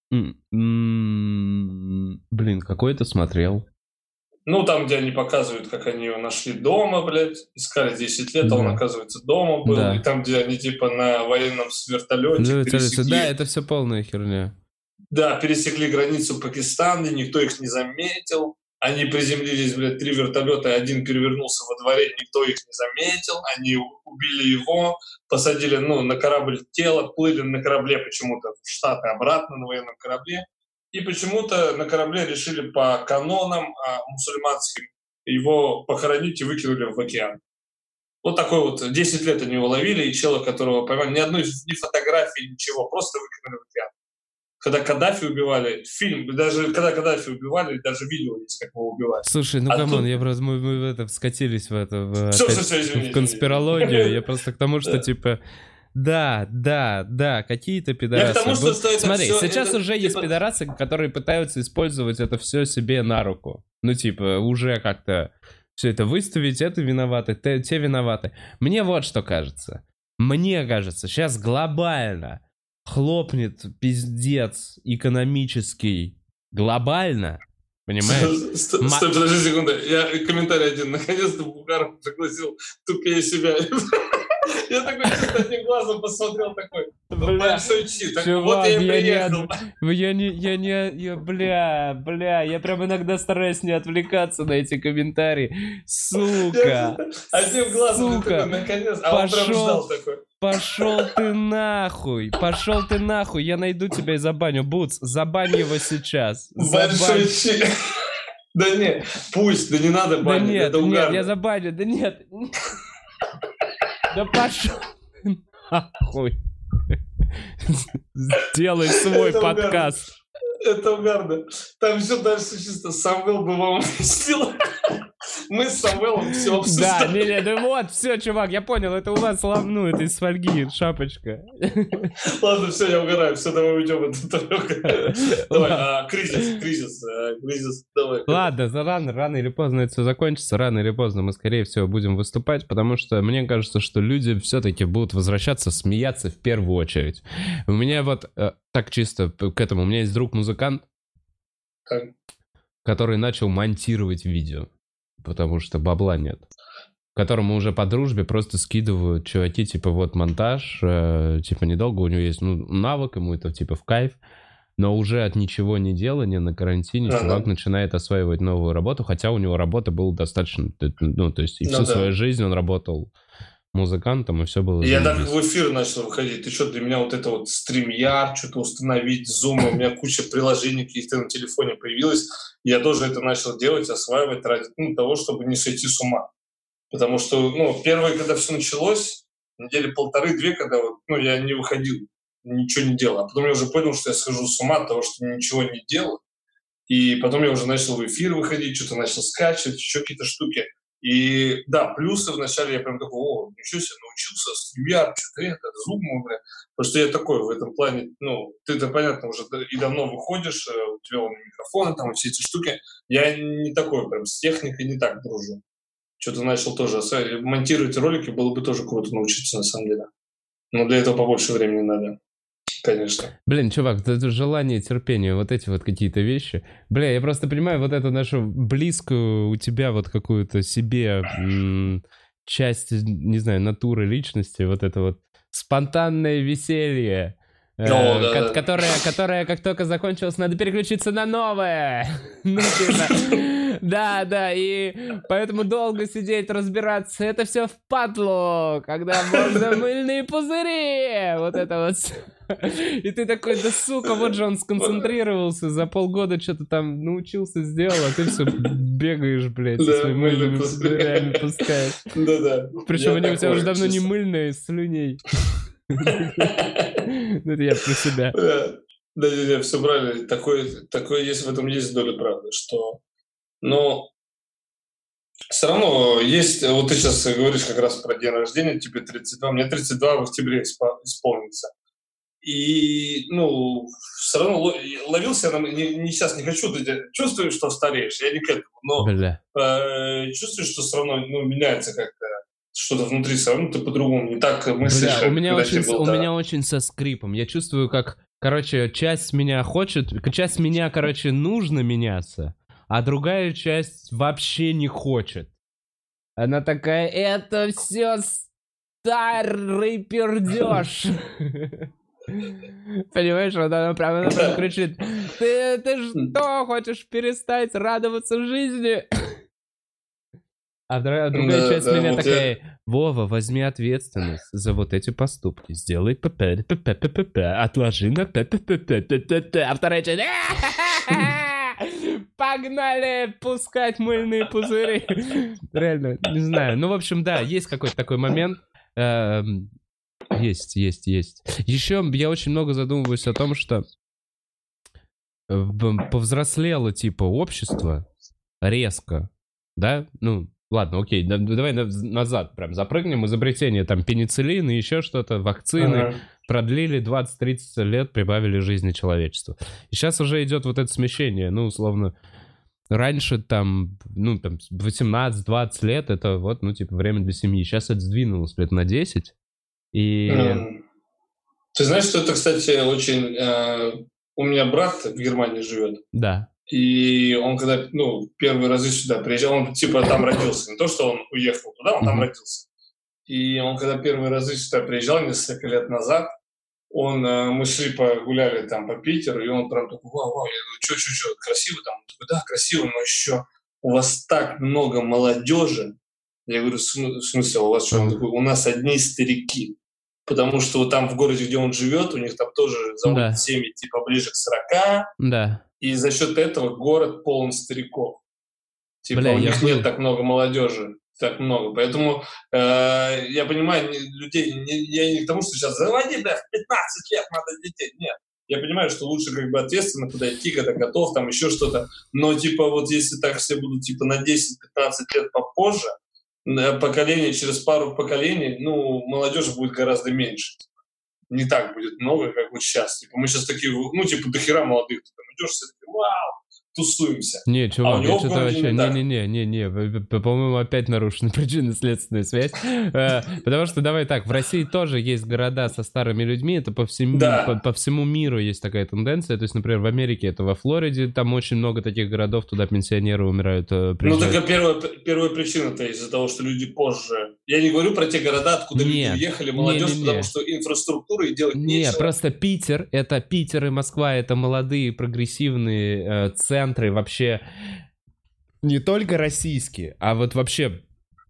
A: Блин, какой ты смотрел?
B: Там, где они показывают, как они его нашли дома, блядь, искали 10 лет, а он, оказывается, дома был. Да. И там, где они, на военном вертолете пересекли...
A: Да, это все полная херня.
B: Да, пересекли границу Пакистана, никто их не заметил. Они приземлились, 3 вертолета, один перевернулся во дворе, никто их не заметил. Они убили его, посадили, на корабль тело, плыли на корабле почему-то в Штаты обратно на военном корабле. И почему-то на корабле решили по канонам мусульманским его похоронить и выкинули в океан. Вот такой вот, 10 лет они его ловили, и чела, которого поймали, ни одной ни фотографии, ничего, просто выкинули в океан. Когда Каддафи убивали, фильм, даже когда Каддафи убивали, даже видео есть, как его убивали.
A: Слушай, ну камон, мы скатились в конспирологию, я просто к тому, что типа... Да, какие-то пидорасы.
B: Тому, что
A: смотри, сейчас уже есть пидорасы, которые пытаются использовать это все себе на руку. Ну, типа, уже как-то все это выставить, это виноваты, те виноваты. Мне вот что кажется. Мне кажется, сейчас глобально хлопнет пиздец экономический. Глобально. Понимаешь?
B: Стой, подожди секунду. Я комментарий один. Наконец-то Бухаров пригласил тупее себя. Я такой чисто одним глазом посмотрел такой. Большой чит. Вот я и приехал.
A: Я прям иногда стараюсь не отвлекаться на эти комментарии. Сука.
B: Одним глазом такой, наконец. А он прям ждал такой.
A: Пошел ты нахуй, я найду тебя и забаню. Буц, забань его сейчас.
B: Большой чит. Да нет, пусть, да не надо банить, это угарно.
A: Нет, я забаню, да нет. Да пошел нахуй. Сделай свой подкаст.
B: Это угарно. Там еще дальше чисто Самвел бы вам объяснил. Мы с Самвелом все обсуждали.
A: Да, вот, все, чувак, я понял, это у вас это из фольги, шапочка.
B: Ладно, все, я угораю, все, давай уйдем от этого. Давай, кризис, давай.
A: Ладно, рано или поздно это все закончится, рано или поздно мы, скорее всего, будем выступать, потому что мне кажется, что люди все-таки будут возвращаться, смеяться в первую очередь. У меня вот, так чисто к этому, у меня есть друг-музыкант, который начал монтировать видео. Потому что бабла нет. Которому уже по дружбе просто скидывают чуваки, типа, вот монтаж, типа, недолго у него есть, навык, ему это, типа, в кайф, но уже от ничего не делания на карантине чувак начинает осваивать новую работу, хотя у него работа была достаточно, то есть и всю свою жизнь он работал музыкантом, и все было...
B: Я так в эфир начал выходить. Ты что, для меня вот это вот StreamYard, что-то установить, Zoom, у меня куча приложений каких-то на телефоне появилась. Я тоже это начал делать, осваивать ради того, чтобы не сойти с ума. Потому что, первое, когда все началось, недели 1,5-2, когда я не выходил, ничего не делал. А потом я уже понял, что я схожу с ума от того, что ничего не делаю. И потом я уже начал в эфир выходить, что-то начал скачивать, еще какие-то штуки. И да, плюсы вначале я прям такой, ничего себе, научился, StreamYard, что-то это, Zoom, потому что я такой в этом плане, ты-то, понятно, уже и давно выходишь, у тебя микрофоны, там, все эти штуки, я не такой прям с техникой не так дружу. Что-то начал тоже монтировать ролики, было бы тоже круто научиться, на самом деле. Но для этого побольше времени надо. Конечно.
A: Блин, чувак, это желание, терпение, вот эти вот какие-то вещи. Бля, я просто понимаю вот эту нашу близкую у тебя вот какую-то себе часть, не знаю, натуры личности, вот это вот спонтанное веселье, которое как только закончилось, надо переключиться на новое. Да, и поэтому долго сидеть, разбираться, это все впадло, когда можно мыльные пузыри, вот это вот. И ты такой, да сука, вот же он сконцентрировался, за полгода что-то там научился, сделал, а ты все бегаешь, блядь, со своими мыльными пузырями пускаешь.
B: Да.
A: Причем они у тебя уже давно не мыльные, с слюней. Это я про себя.
B: Да, все правильно. Такое есть, в этом есть доля правды, что... Но все равно есть... Вот ты сейчас говоришь как раз про день рождения, тебе 32, мне 32 в октябре исполнится. И, все равно ловился я сейчас не хочу, чувствую, что стареешь, я не к этому, но чувствую, что все равно меняется как-то что-то внутри, все равно ты по-другому, не так мыслишь.
A: У меня очень со скрипом, я чувствую, как, часть меня нужно меняться, а другая часть вообще не хочет. Она такая, это все старый пердеж. Понимаешь, она прям кричит, ты что, хочешь перестать радоваться жизни? А другая часть меня такая, Вова, возьми ответственность за вот эти поступки, сделай отложи на а вторая часть, Погнали пускать мыльные пузыри. Реально, не знаю. Ну, в общем, да, есть какой-то такой момент. Есть. Еще я очень много задумываюсь о том, что повзрослело, типа, общество резко, да? Ну, ладно, окей, давай назад прям запрыгнем. Изобретение там пенициллина и еще что-то, вакцины продлили 20-30 лет, прибавили жизни человечеству. И сейчас уже идет вот это смещение, ну, условно, раньше там, ну, там, 18-20 лет, это вот, ну, типа, время для семьи. Сейчас это сдвинулось лет на 10. И...
B: Ты знаешь, что это, кстати, очень... У меня брат в Германии живет.
A: Да.
B: И он когда, ну, первые разы сюда приезжал, он типа там родился. Не то, что он уехал туда, он там родился. И он когда первые разы сюда приезжал несколько лет назад, мы шли погуляли там по Питеру, и он прям такой, вау, я говорю, что, красиво там? Он такой, да, красиво, но еще у вас так много молодежи. Я говорю, в смысле, у вас что? Он такой, у нас одни старики. Потому что вот там в городе, где он живет, у них там тоже заводят семьи типа ближе к 40.
A: Да.
B: И за счет этого город полон стариков. Типа у них нет так много молодежи. Так много. Поэтому я понимаю людей, я не к тому, что сейчас заводи, да, в 15 лет надо детей. Нет. Я понимаю, что лучше как бы ответственно подойти, когда готов, там еще что-то. Но типа вот если так все будут типа на 10-15 лет попозже, поколение через пару поколений, ну, молодежи будет гораздо меньше. Не так будет много, как вот сейчас. Типа мы сейчас такие, ну, типа дохера молодых. Ты там идешь, все такие, вау, тусуемся.
A: Не, чувак, я что-то вообще... Не, по-моему, опять нарушена причинно-следственная связь. Потому что, давай так, в России тоже есть города со старыми людьми, это по всему миру есть такая тенденция. То есть, например, в Америке, это во Флориде, там очень много таких городов, туда пенсионеры умирают.
B: Ну, так первая причина-то из-за того, что люди позже... Я не говорю про те города, откуда люди уехали, молодежь, потому что инфраструктура и делать нечего.
A: Нет, просто Питер и Москва, это молодые прогрессивные центры вообще не только российские, а вот вообще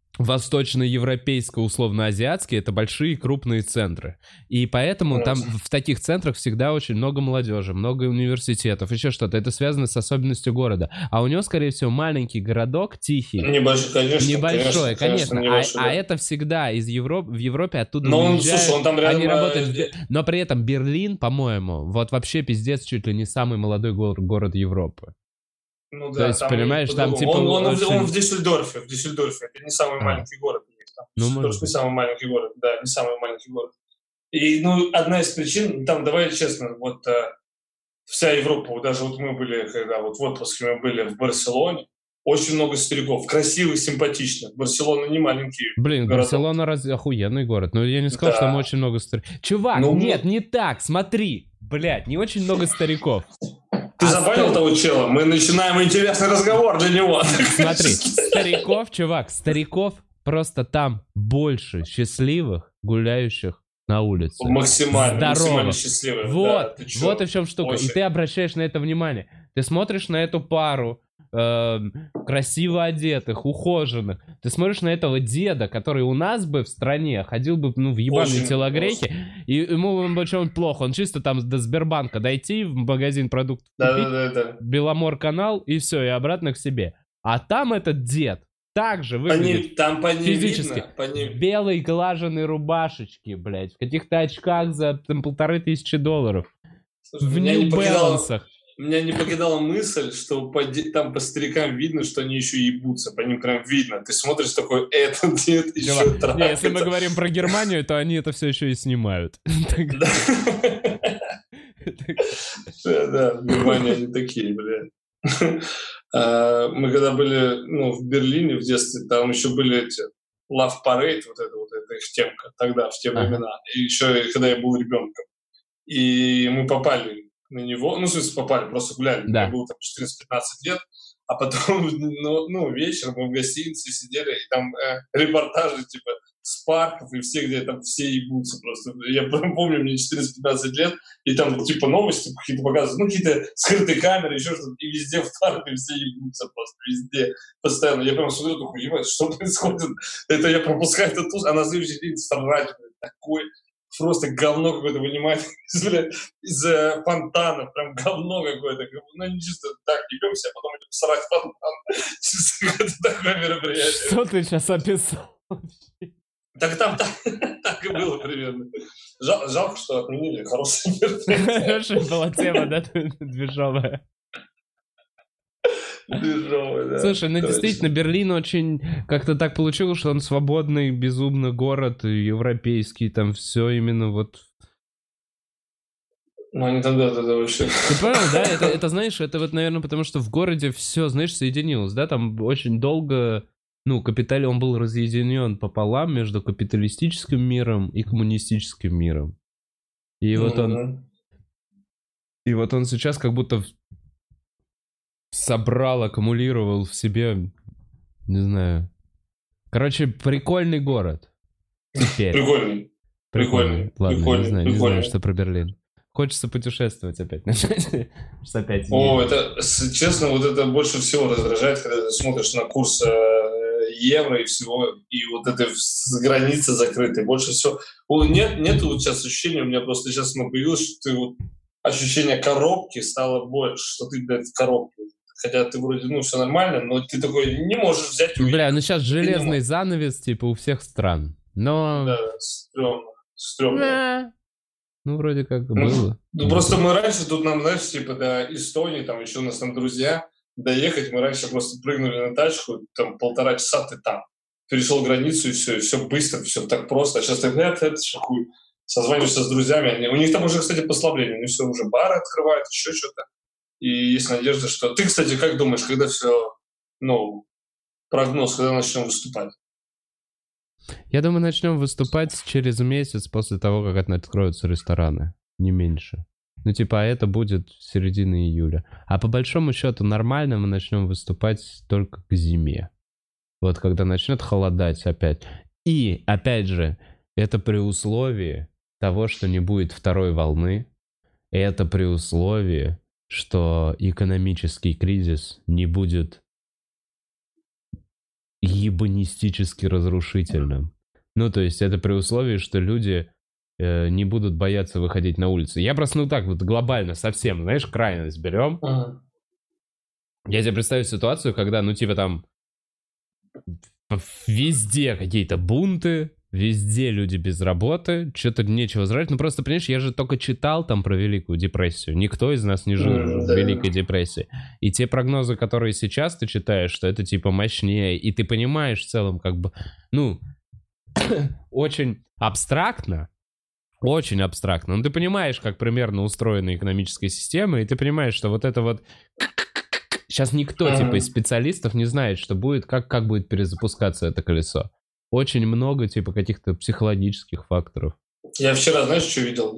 A: восточноевропейско, условно-азиатские, это большие крупные центры. И поэтому там в таких центрах всегда очень много молодежи, много университетов, еще что-то. Это связано с особенностью города. А у него, скорее всего, маленький городок, тихий.
B: Небольшой, конечно.
A: А это всегда из Европы, в Европе оттуда
B: уезжают. Слушай, он там рядом...
A: Они работают... Но при этом Берлин, по-моему, вот вообще пиздец чуть ли не самый молодой город Европы.
B: Ну да,
A: то есть, понимаешь, там типа...
B: Он в Дюссельдорфе, это не самый маленький город у них там. Не самый маленький город, да, не самый маленький город. И, ну, одна из причин, там, давай честно, вот вся Европа, даже вот мы были, когда вот в отпуске мы были в Барселоне, очень много стариков, красивых, симпатичных. Барселона не маленький
A: городок. Барселона охуенный город, но я не сказал, что там очень много стариков. Чувак, нет, не так, смотри, блядь, не очень много стариков.
B: Ты забанил того чела? Мы начинаем интересный разговор для него.
A: Смотри, стариков просто там больше счастливых, гуляющих на улице.
B: Максимально счастливых.
A: Вот и в чем штука. Очень. И ты обращаешь на это внимание. Ты смотришь на эту пару красиво одетых, ухоженных. Ты смотришь на этого деда, который у нас бы в стране ходил бы, ну, в ебаной телогрейке, и ему бы что-нибудь плохо. Он чисто там до Сбербанка дойти, в магазин продуктов купить, Беломор-канал, и все, и обратно к себе. А там этот дед также выглядит физически. В белой глаженной рубашечке, блядь, в каких-то очках за там, $1500.
B: Слушай,
A: в Нью-Бэлансах.
B: Меня не покидала мысль, что там по старикам видно, что они еще ебутся. По ним прям видно. Ты смотришь такой, этот дед еще трахается.
A: Если мы говорим про Германию, то они это все еще и снимают.
B: Да, в Германии они такие, блядь. Мы когда были в Берлине в детстве, там еще были эти Love Parade, вот эта их темка тогда, в те времена. И еще когда я был ребенком. И мы попали на него, в смысле попали, просто гуляли.
A: Да.
B: Мне было там 14-15 лет, а потом, вечером мы в гостинице сидели, и там репортажи, типа, с парков, и все, где там все ебутся просто. Я помню, мне 14-15 лет, и там, типа, новости какие-то показывают, какие-то скрытые камеры, еще что-то, и везде в парке все ебутся просто, везде, постоянно. Я прям смотрю, такой, ебать, что происходит? Это я пропускаю этот туз, а на следующий день срать, такой... просто говно какое-то вынимает из фонтана, прям говно какое-то. Ну, не чисто так, ебемся, а потом идем срать фонтан. Это такое мероприятие.
A: Что ты сейчас описал?
B: Так там так и было примерно. Жалко, что отменили хорошее мероприятие.
A: Хорошая была тема, да, движовая.
B: Да.
A: Слушай, ну действительно, Берлин очень как-то так получилось, что он свободный, безумно город, европейский, там все именно вот...
B: Ну, они там, да, вообще...
A: Ты понял, да? Это, знаешь, это вот, наверное, потому что в городе все, знаешь, соединилось, да? Там очень долго, ну, он был разъединен пополам между капиталистическим миром и коммунистическим миром. И вот он... И вот он сейчас как будто... собрал, аккумулировал в себе, не знаю. Короче, прикольный город. Теперь.
B: Прикольный.
A: Ладно, не знаю, что про Берлин. Хочется путешествовать опять.
B: О, это, честно, вот это больше всего раздражает, когда ты смотришь на курс евро и всего, и вот это границы закрыты. Больше всего... Нет вот сейчас ощущения, у меня просто сейчас появилось, что ты вот ощущение коробки стало больше, что ты, блядь, в коробке. Хотя ты вроде, все нормально, но ты такой не можешь взять и уйти.
A: Бля, сейчас железный занавес, типа, у всех стран. Но...
B: Да, стрёмно.
A: Ну, вроде как было.
B: Ну, просто мы раньше, тут нам, знаешь, типа, до Эстонии, там еще у нас там друзья, доехать, мы раньше просто прыгнули на тачку, там 1,5 часа ты там. Перешел границу, и все быстро, все так просто. А сейчас ты, это шахуй. Созваниваешься с друзьями. У них там уже, кстати, послабление. Они все уже бары открывают, еще что-то. И есть надежда, что... Ты, кстати, как думаешь, когда все, прогноз, когда начнем выступать?
A: Я думаю, начнем выступать через месяц после того, как откроются рестораны. Не меньше. Ну, типа, это будет середина июля. А по большому счету, нормально мы начнем выступать только к зиме. Вот когда начнет холодать опять. И, опять же, это при условии того, что не будет второй волны. Это при условии, что экономический кризис не будет ебанистически разрушительным. Ну, то есть это при условии, что люди не будут бояться выходить на улицу. Я просто, так вот глобально совсем, знаешь, крайность берем. Я тебе представлю ситуацию, когда, там везде какие-то бунты, везде люди без работы, что-то нечего жрать. Ну, просто, понимаешь, я же только читал там про Великую депрессию. Никто из нас не жил в Великой депрессии. И те прогнозы, которые сейчас ты читаешь, что это, типа, мощнее, и ты понимаешь в целом, как бы, очень абстрактно, но ты понимаешь, как примерно устроена экономическая система, и ты понимаешь, что вот это вот... Сейчас никто, типа, из специалистов не знает, что будет, как будет перезапускаться это колесо. Очень много, типа, каких-то психологических факторов.
B: Я вчера, знаешь, что видел?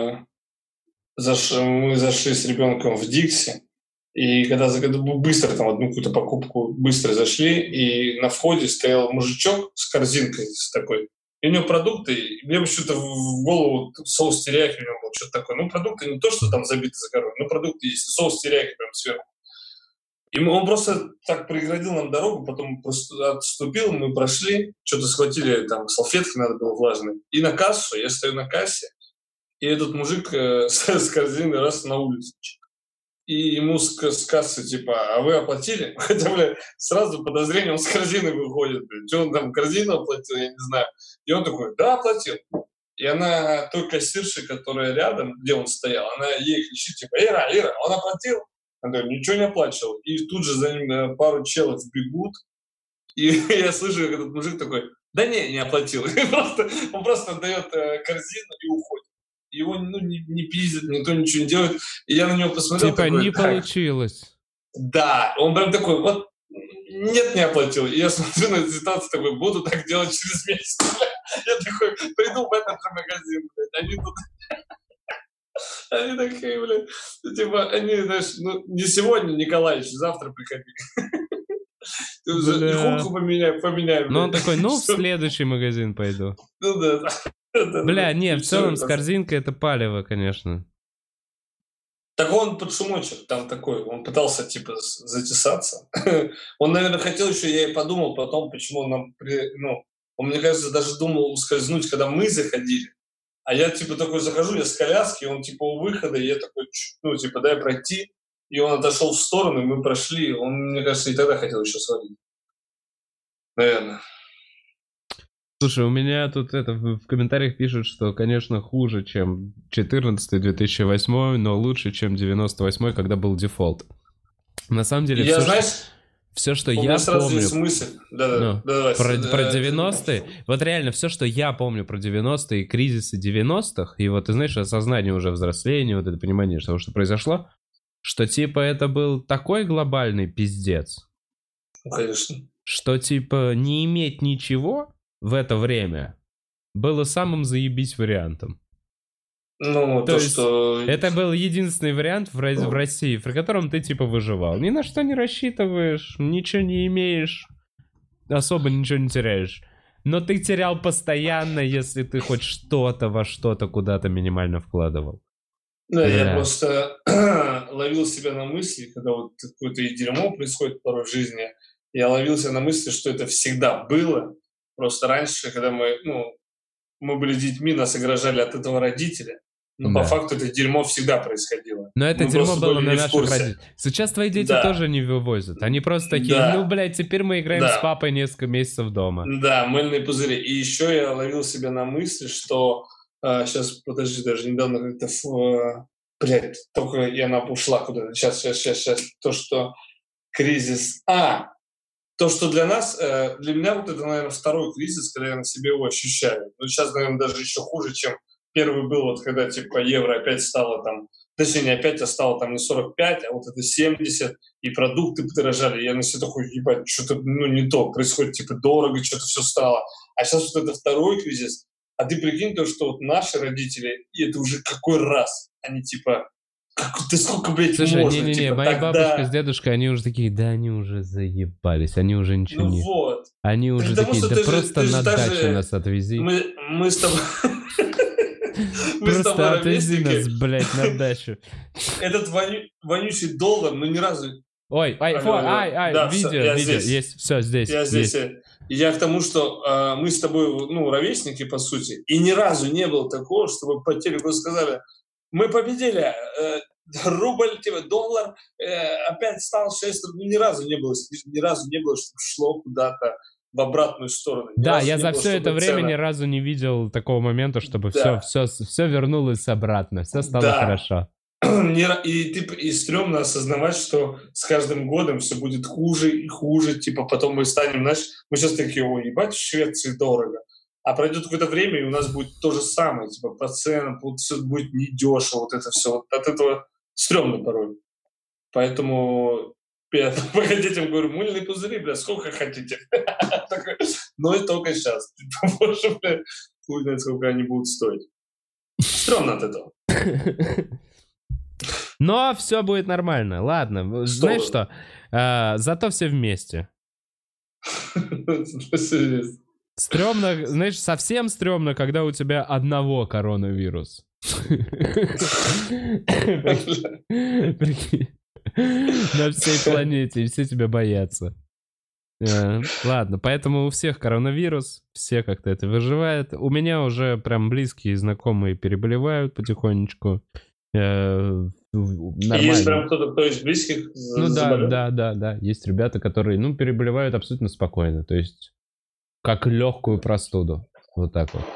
B: Мы зашли с ребенком в Дикси, и когда быстро там одну какую-то покупку быстро зашли, и на входе стоял мужичок с корзинкой с такой, и у него продукты, и мне почему-то в голову соус терияки у него был, что-то такое. Продукты не то, что там забиты за корой, но продукты есть, соус терияки прям сверху. И он просто так преградил нам дорогу, потом просто отступил, мы прошли, что-то схватили, там салфетки надо было влажные. И на кассу, я стою на кассе, и этот мужик с корзиной раз на улицу. И ему с кассы типа, а вы оплатили? Хотя, бля, сразу подозрение, он с корзиной выходит. Что он там корзину оплатил, я не знаю. И он такой, да, оплатил. И она, той кассиршей, которая рядом, где он стоял, она ей кричит, типа, Ира, он оплатил? Он говорит, ничего не оплачивал. И тут же за ним пару челов бегут. И я слышу, как этот мужик такой, да не оплатил. Он просто отдает корзину и уходит. Его не пиздит, никто ничего не делает. И я на него посмотрел.
A: Типа такой, не получилось.
B: Да, он прям такой, вот, нет, не оплатил. И я смотрю на эту ситуацию, такой, буду так делать через месяц. Я такой, приду в этот же магазин, блядь. Они тут... Они такие, блядь, типа, они, знаешь, не сегодня, Николаевич, завтра приходи. Ты уже и хунку поменяем.
A: Ну, он такой, в следующий магазин пойду.
B: Ну, да.
A: Бля, не, в целом с корзинкой это палево, конечно.
B: Так он под шумочек там такой, он пытался, типа, затесаться. Он, наверное, хотел еще, я и подумал потом, почему он нам, он, мне кажется, даже думал ускользнуть, когда мы заходили. А я, типа, такой захожу, я с коляски, он, типа, у выхода, и я такой, ну, типа, дай пройти. И он отошел в сторону, и мы прошли. Он, мне кажется, и тогда хотел еще свалить. Наверное.
A: Слушай, у меня тут в комментариях пишут, что, конечно, хуже, чем 14-й 2008, но лучше, чем 98-й, когда был дефолт. На самом деле, все, что я помню... Про 90-е, вот реально, все, что я помню про 90-е, кризисы 90-х, и вот, ты знаешь, осознание уже взросления, вот это понимание того, что произошло, что, типа, это был такой глобальный пиздец.
B: Конечно.
A: Что, типа, не иметь ничего в это время было самым заебись вариантом.
B: Ну,
A: то есть, что... Это был единственный вариант в России, при котором ты, типа, выживал. Ни на что не рассчитываешь, ничего не имеешь, особо ничего не теряешь. Но ты терял постоянно, если ты хоть что-то во что-то куда-то минимально вкладывал.
B: Да, я просто ловил себя на мысли, когда вот какое-то дерьмо происходит порой в жизни, я ловил себя на мысли, что это всегда было. Просто раньше, когда мы были детьми, нас ограждали от этого родители. Но по факту это дерьмо всегда происходило.
A: Но это дерьмо было на наших родителях. Сейчас твои дети тоже не вывозят. Они просто такие, блядь, теперь мы играем с папой несколько месяцев дома.
B: Да, мыльные пузыри. И еще я ловил себя на мысли, что... сейчас, подожди, даже недавно как-то... Блядь, только и она ушла куда-то. Сейчас. То, что кризис... То, что для нас, для меня вот это, наверное, второй кризис, когда я на себе его ощущаю. Ну, сейчас, наверное, даже еще хуже, чем первый был, вот когда, типа, евро опять стало там, точнее, не опять, а стало там не 45, а вот это 70, и продукты подорожали. Я на себя такой, ебать, что-то, не то, происходит, типа, дорого, что-то все стало. А сейчас вот это второй кризис. А ты прикинь то, что вот наши родители, и это уже какой раз, они, типа... Ты сколько, блядь,
A: слушай,
B: можно?
A: Не-не-не,
B: типа,
A: моя бабушка с дедушкой, они уже такие, да они уже заебались, они уже ничего не...
B: вот.
A: Они уже такие, да просто на дачу нас отвези.
B: Мы с тобой...
A: Просто отвези нас, блядь, на дачу.
B: Этот вонючий доллар, ни разу...
A: Ой, видео, есть, все, здесь.
B: Я здесь. Я к тому, что мы с тобой, ровесники, по сути, и ни разу не было такого, чтобы по телеку сказали, мы победили, рубль, типа, доллар опять стал 6 рублей. Ни разу не было, чтобы шло куда-то в обратную сторону.
A: Да, я за все это время ни разу не видел такого момента, чтобы все вернулось обратно, все стало хорошо.
B: И стрёмно осознавать, что с каждым годом все будет хуже и хуже, типа потом мы станем, знаешь, мы сейчас такие, ой, ебать, в Швеции дорого. А пройдет какое-то время, и у нас будет то же самое, типа по ценам, все будет недешево, вот это все. Вот от этого стрёмно порой. Поэтому я детям говорю, мыльные пузыри, бля, сколько хотите. Но и только сейчас. Больше, бля, хуй знает, сколько они будут стоить. Стрёмно от этого.
A: Но все будет нормально. Ладно, знаешь что? Зато все вместе. Стрёмно, знаешь, совсем стрёмно, когда у тебя одного коронавирус. На всей планете, и все тебя боятся. Ладно, поэтому у всех коронавирус, все как-то это выживают. У меня уже прям близкие знакомые переболевают потихонечку. Нормально.
B: Есть прям кто-то из близких?
A: Да. Есть ребята, которые, переболевают абсолютно спокойно. То есть, как легкую простуду. Вот так вот.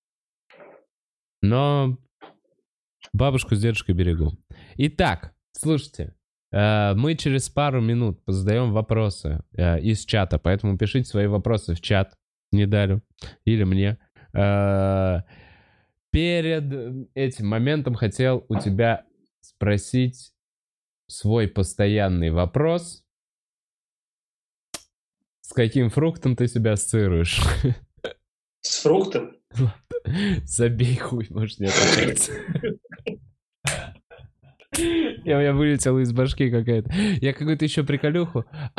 A: Но бабушку с дедушкой берегу. Итак, слушайте. Мы через пару минут задаем вопросы из чата, поэтому пишите свои вопросы в чат Нидалю или мне. Перед этим моментом хотел у тебя спросить свой постоянный вопрос. С каким фруктом ты себя ассоциируешь?
B: С фруктом?
A: Забей хуй, может не отвечать. У меня вылетела из башки какая-то. Я какую-то еще приколюху.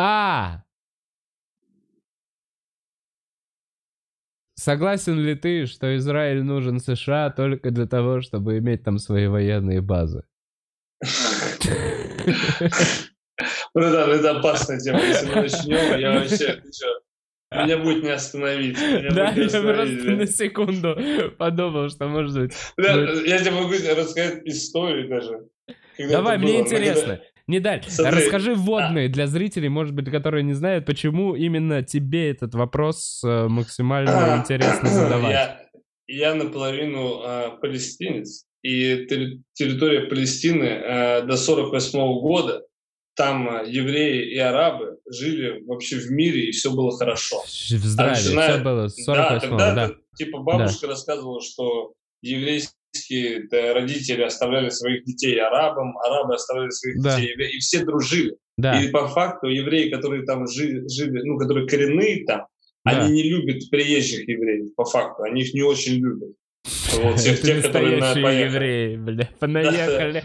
A: Согласен ли ты, что Израиль нужен США только для того, чтобы иметь там свои военные базы?
B: Это опасная тема. Если мы начнем, я вообще... Меня будет не остановить.
A: Да, я просто на секунду подумал, что может быть.
B: Я тебе могу рассказать историю даже.
A: Давай, мне интересно. Нидаль, расскажи вводные для зрителей, может быть, которые не знают, почему именно тебе этот вопрос максимально интересно задавать.
B: Я наполовину палестинец, и территория Палестины до 1948 года, там евреи и арабы жили вообще в мире, и все было хорошо.
A: В здравии, все было с 1948-го,
B: да. Типа бабушка рассказывала, что еврейские родители оставляли своих детей арабам, арабы оставляли своих детей евреям, и все дружили. Да. И по факту евреи, которые там жили, ну, которые коренные там, они не любят приезжих евреев, по факту, они их не очень любят. Вот,
A: тех, которые поехали. Евреи, бля, понаехали.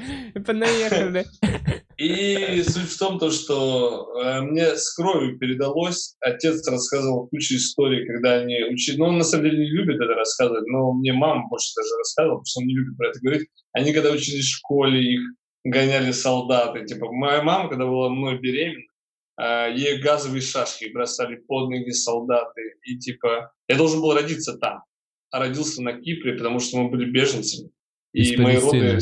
B: И суть в том, что мне с кровью передалось. Отец рассказывал кучу историй, когда они учили. Ну, он на самом деле не любит это рассказывать, но мне мама больше даже рассказывала, потому что он не любит про это говорить. Они когда учились в школе, их гоняли солдаты. Типа, моя мама, когда была мной беременна, ей газовые шашки бросали под ноги солдаты. И типа, я должен был родиться там. А родился на Кипре, потому что мы были беженцами. И мои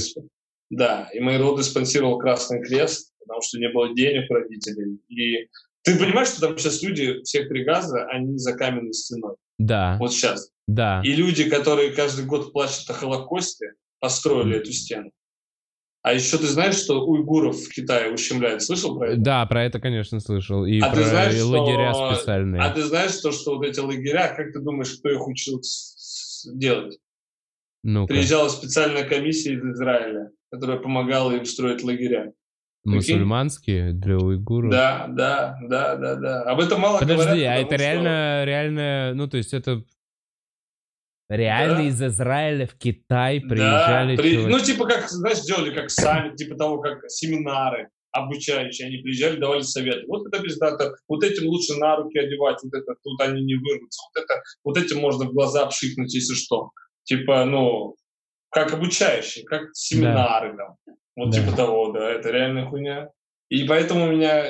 B: роды спонсировал Красный Крест, потому что не было денег у родителей. И ты понимаешь, что там сейчас люди, в секторе Газа, они за каменной стеной.
A: Да.
B: Вот сейчас.
A: Да.
B: И люди, которые каждый год плачут о Холокосте, построили эту стену. А еще ты знаешь, что уйгуров в Китае ущемляют? Слышал про это?
A: Да, про это, конечно, слышал. И про лагеря специальные.
B: А ты знаешь, что вот эти лагеря, как ты думаешь, кто их учил делать?
A: Ну-ка.
B: Приезжала специальная комиссия из Израиля, которая помогала им строить лагеря.
A: Мусульманские для уйгуров?
B: Да. Об этом мало говорят.
A: Подожди, а это реально, ну, то есть это реально из Израиля в Китай приезжали?
B: Ну, типа как, знаешь, делали как саммит, типа того, как семинары обучающие, они приезжали, давали советы. Вот это пиздато, вот этим лучше на руки одевать, вот это, тут они не вырвутся, вот этим можно в глаза пшикнуть, если что. Типа, ну, как обучающие, как семинары там. Вот типа того, да, это реальная хуйня. И поэтому у меня,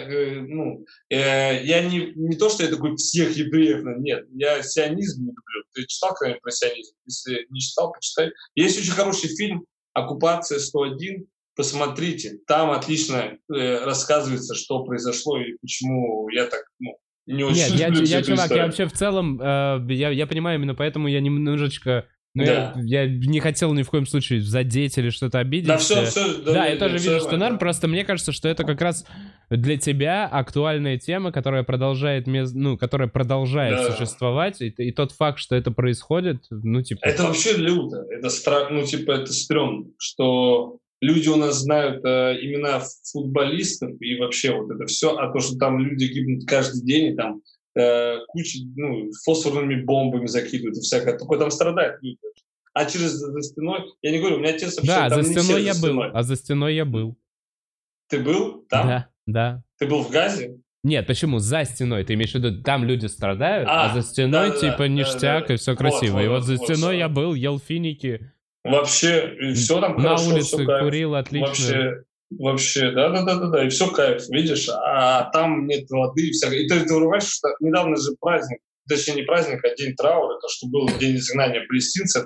B: я не то, что я такой всех евреев, нет, я сионизм не люблю. Ты читал когда-нибудь про сионизм? Если не читал, почитай. Есть очень хороший фильм «Оккупация 101», посмотрите, там отлично рассказывается, что произошло и почему я так, не очень люблю.
A: Нет, чувак, я вообще в целом, я понимаю, именно поэтому я немножечко... я не хотел ни в коем случае задеть или что-то обидеть.
B: Да,
A: я тоже вижу, что норм, просто мне кажется, что это как раз для тебя актуальная тема, которая продолжает, существовать, и тот факт, что это происходит,
B: Это вообще люто, это это стрёмно, что люди у нас знают имена футболистов и вообще вот это все, а то, что там люди гибнут каждый день, и там куча, фосфорными бомбами закидывают и всякое. Такое там страдают люди. А за стеной, я не говорю, у меня отец вообще
A: там
B: за
A: стеной я был. А за стеной я был.
B: Ты был там?
A: Да.
B: Ты был в Газе?
A: Нет, почему? За стеной. Ты имеешь в виду, там люди страдают, а за стеной ништяк и все красиво. И вот за стеной я был, ел финики.
B: Вообще, и все там
A: на
B: хорошо.
A: На улице курил отлично.
B: Вообще, да, и все кайф, видишь, а там нет воды и всякое. И ты понимаешь, что недавно же праздник, точнее не праздник, а день траура, то, что был день изгнания палестинцев,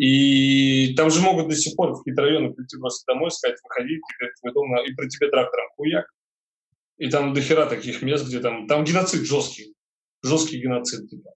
B: и там же могут до сих пор в какие-то районы прийти просто домой, сказать, выходи, твой дом, и при тебе трактором хуяк. И там дохера таких мест, где там геноцид жесткий геноцид, типа.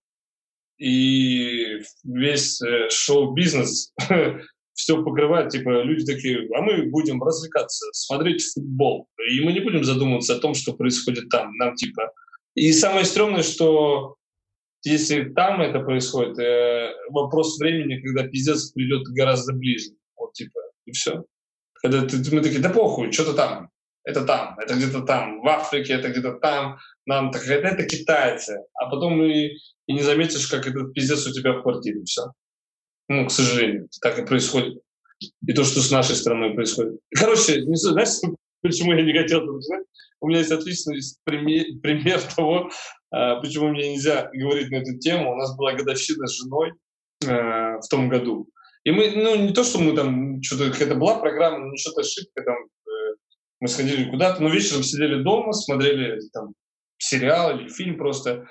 B: И весь шоу-бизнес все покрывает, типа, люди такие, а мы будем развлекаться, смотреть футбол, и мы не будем задумываться о том, что происходит там, нам, типа. И самое стрёмное, что если там это происходит, вопрос времени, когда пиздец придет гораздо ближе, вот, типа, и все. Когда мы такие, да похуй, что-то там, это где-то там, в Африке, это где-то там, нам так, это китайцы, а потом и не заметишь, как этот пиздец у тебя в квартире, все. К сожалению, так и происходит. И то, что с нашей страной происходит. Короче, не знаю, знаешь, почему я не хотел это знать? У меня есть отличный пример того, почему мне нельзя говорить на эту тему. У нас была годовщина с женой в том году. И мы, не то, что мы там, что-то какая-то была программа, но что-то ошибка, там, мы сходили куда-то, но вечером сидели дома, смотрели там сериал или фильм просто.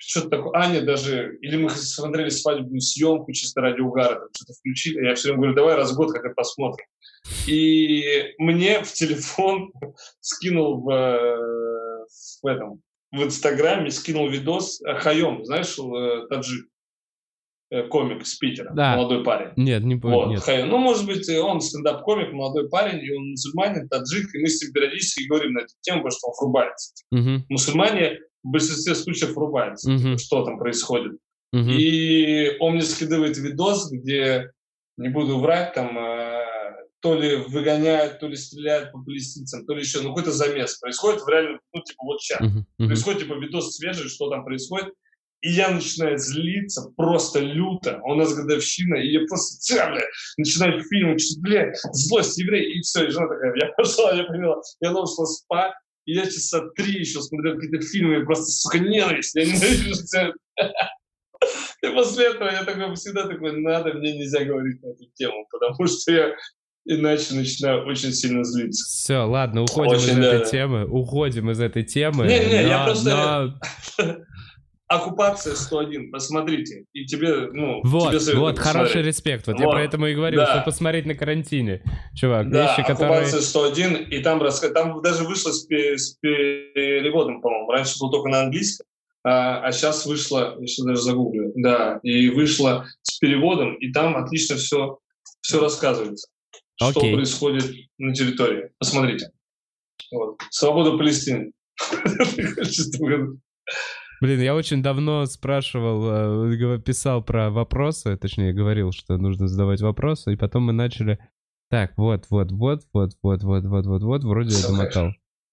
B: что-то такое. Аня даже... Или мы смотрели свадебную съемку чисто ради угара, там что-то включили. Я все время говорю, давай раз в год как-то посмотрим. И мне в телефон скинул в Инстаграме, скинул видос Хайом, знаешь, таджик, комик из Питера, да. Молодой парень.
A: Нет, не помню. Вот,
B: Хайом. Ну, может быть, он стендап-комик, молодой парень, и он мусульманин, таджик, и мы с ним периодически говорим на эту тему, потому что он врубается. Мусульмане в большинстве случаев врубаются, что там происходит. И он мне скидывает видос, где, не буду врать, там то ли выгоняют, то ли стреляют по палестинцам, то ли еще, какой-то замес происходит в реальном, вот сейчас. Происходит, видос свежий, что там происходит. И я начинаю злиться просто люто. У нас годовщина, и я просто, начинаю фильм, злость еврея, и все. И жена такая, я пошла, я поняла. Я ушла спать, и я часа 3 еще смотрел какие-то фильмы, и просто, ненависть. Я ненавижу тебя. И после этого я всегда такой, мне нельзя говорить на эту тему, потому что я иначе начинаю очень сильно злиться.
A: Все, ладно, уходим из этой темы.
B: Я просто... Оккупация 101, посмотрите. И тебе,
A: Вот, хороший респект. Вот я поэтому и говорил, что посмотреть на карантине. Чувак, вещи, которые...
B: Оккупация 101, и там даже вышло с переводом, по-моему. Раньше было только на английском, а сейчас вышло, я сейчас даже загуглю, и вышло с переводом, и там отлично все рассказывается. Что происходит на территории. Посмотрите. Вот. Свобода Палестины.
A: Блин, я очень давно писал про вопросы, точнее, говорил, что нужно задавать вопросы, и потом мы начали... Так, вот, вроде я домотал.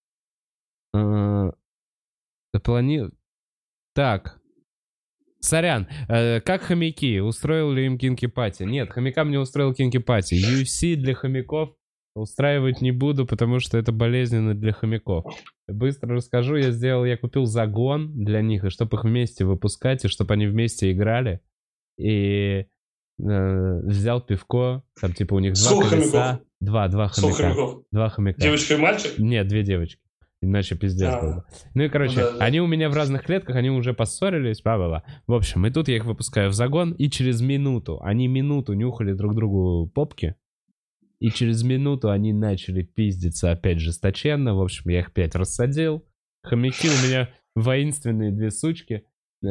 A: Так, сорян, как хомяки? Устроил ли им кинки-пати? Нет, хомякам не устроил кинки-пати. UFC для хомяков устраивать не буду, потому что это болезненно для хомяков. Быстро расскажу, я купил загон для них, и чтобы их вместе выпускать, и чтобы они вместе играли. И взял пивко, там типа у них 2 колеса. Два хомяка. 2 хомяка.
B: Девочка и мальчик?
A: Нет, 2 девочки. Иначе пиздец был. Ну и, короче, они у меня в разных клетках, они уже поссорились, бла-бла-бла. В общем, и тут я их выпускаю в загон, и через минуту, они минуту нюхали друг другу попки, и через минуту они начали пиздиться опять жесточенно. В общем, я их 5 рассадил. Хомяки у меня воинственные 2 сучки.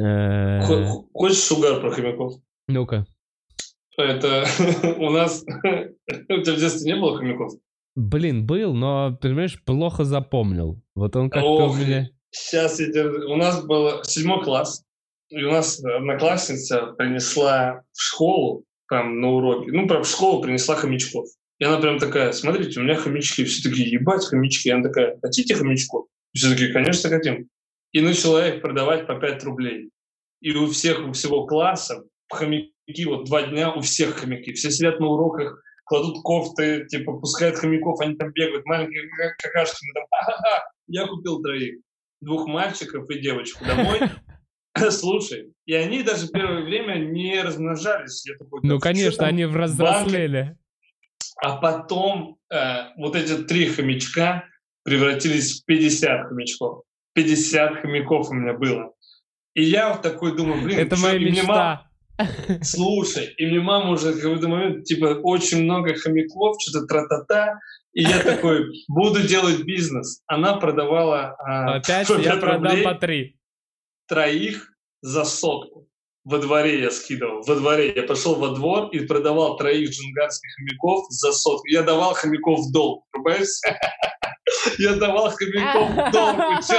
B: Хочешь угар про хомяков?
A: Ну-ка.
B: Это у нас... У тебя в детстве не было хомяков?
A: Блин, был, но, понимаешь, плохо запомнил. Вот он как-то у меня...
B: Сейчас у нас был 7 класс, и у нас одноклассница принесла в школу, там, на уроке, прям в школу принесла хомячков. И она прям такая, смотрите, у меня хомячки. Все такие, ебать, хомячки. И она такая, хотите хомячков? И все такие, конечно, хотим. И начала их продавать по 5 рублей. И у всего класса хомяки, 2 дня у всех хомяки. Все сидят на уроках, кладут кофты, пускают хомяков, они там бегают, маленькие какашки, ха-ха-ха, я купил 2 мальчиков и девочку домой. Слушай, и они даже первое время не размножались. Я такой,
A: конечно, они взрослели.
B: А потом вот эти 3 хомячка превратились в 50 хомячков. 50 хомяков у меня было. И я такой думаю,
A: это моя мечта.
B: Слушай, и мне мама уже в какой-то момент, очень много хомяков, что-то тра-та-та. И я такой, буду делать бизнес. Она продавала...
A: Опять я продам по 3.
B: 3 за 100. Во дворе я скидывал. Во дворе. Я пошел во двор и продавал 3 джунгарских хомяков за 100. Я давал хомяков в долг. Понимаешь? Я давал хомяков в долг.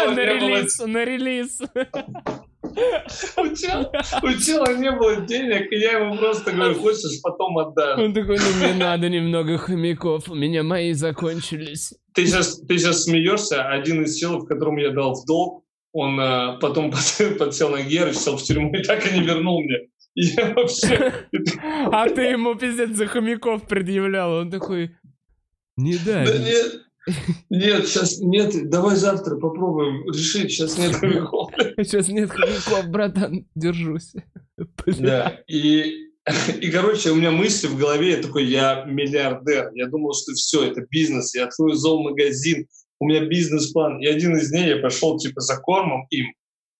A: На релиз.
B: У чела не было денег, и я ему просто говорю, хочешь, потом отдашь.
A: Он такой, мне надо немного хомяков, у меня мои закончились.
B: Ты сейчас смеешься, один из челов, которому я дал в долг, он потом подсел на Геру, сел в тюрьму и так и не вернул мне. Я вообще...
A: А ты ему, пиздец, за хомяков предъявлял, он такой, не дай.
B: Да нет, сейчас нет, давай завтра попробуем решить, сейчас нет хомяков.
A: Сейчас нет хомяков, братан, держусь.
B: Да, и короче, у меня мысли в голове, я такой, я миллиардер, я думал, что все, это бизнес, я открою зоомагазин, у меня бизнес-план, и один из дней я пошел за кормом им,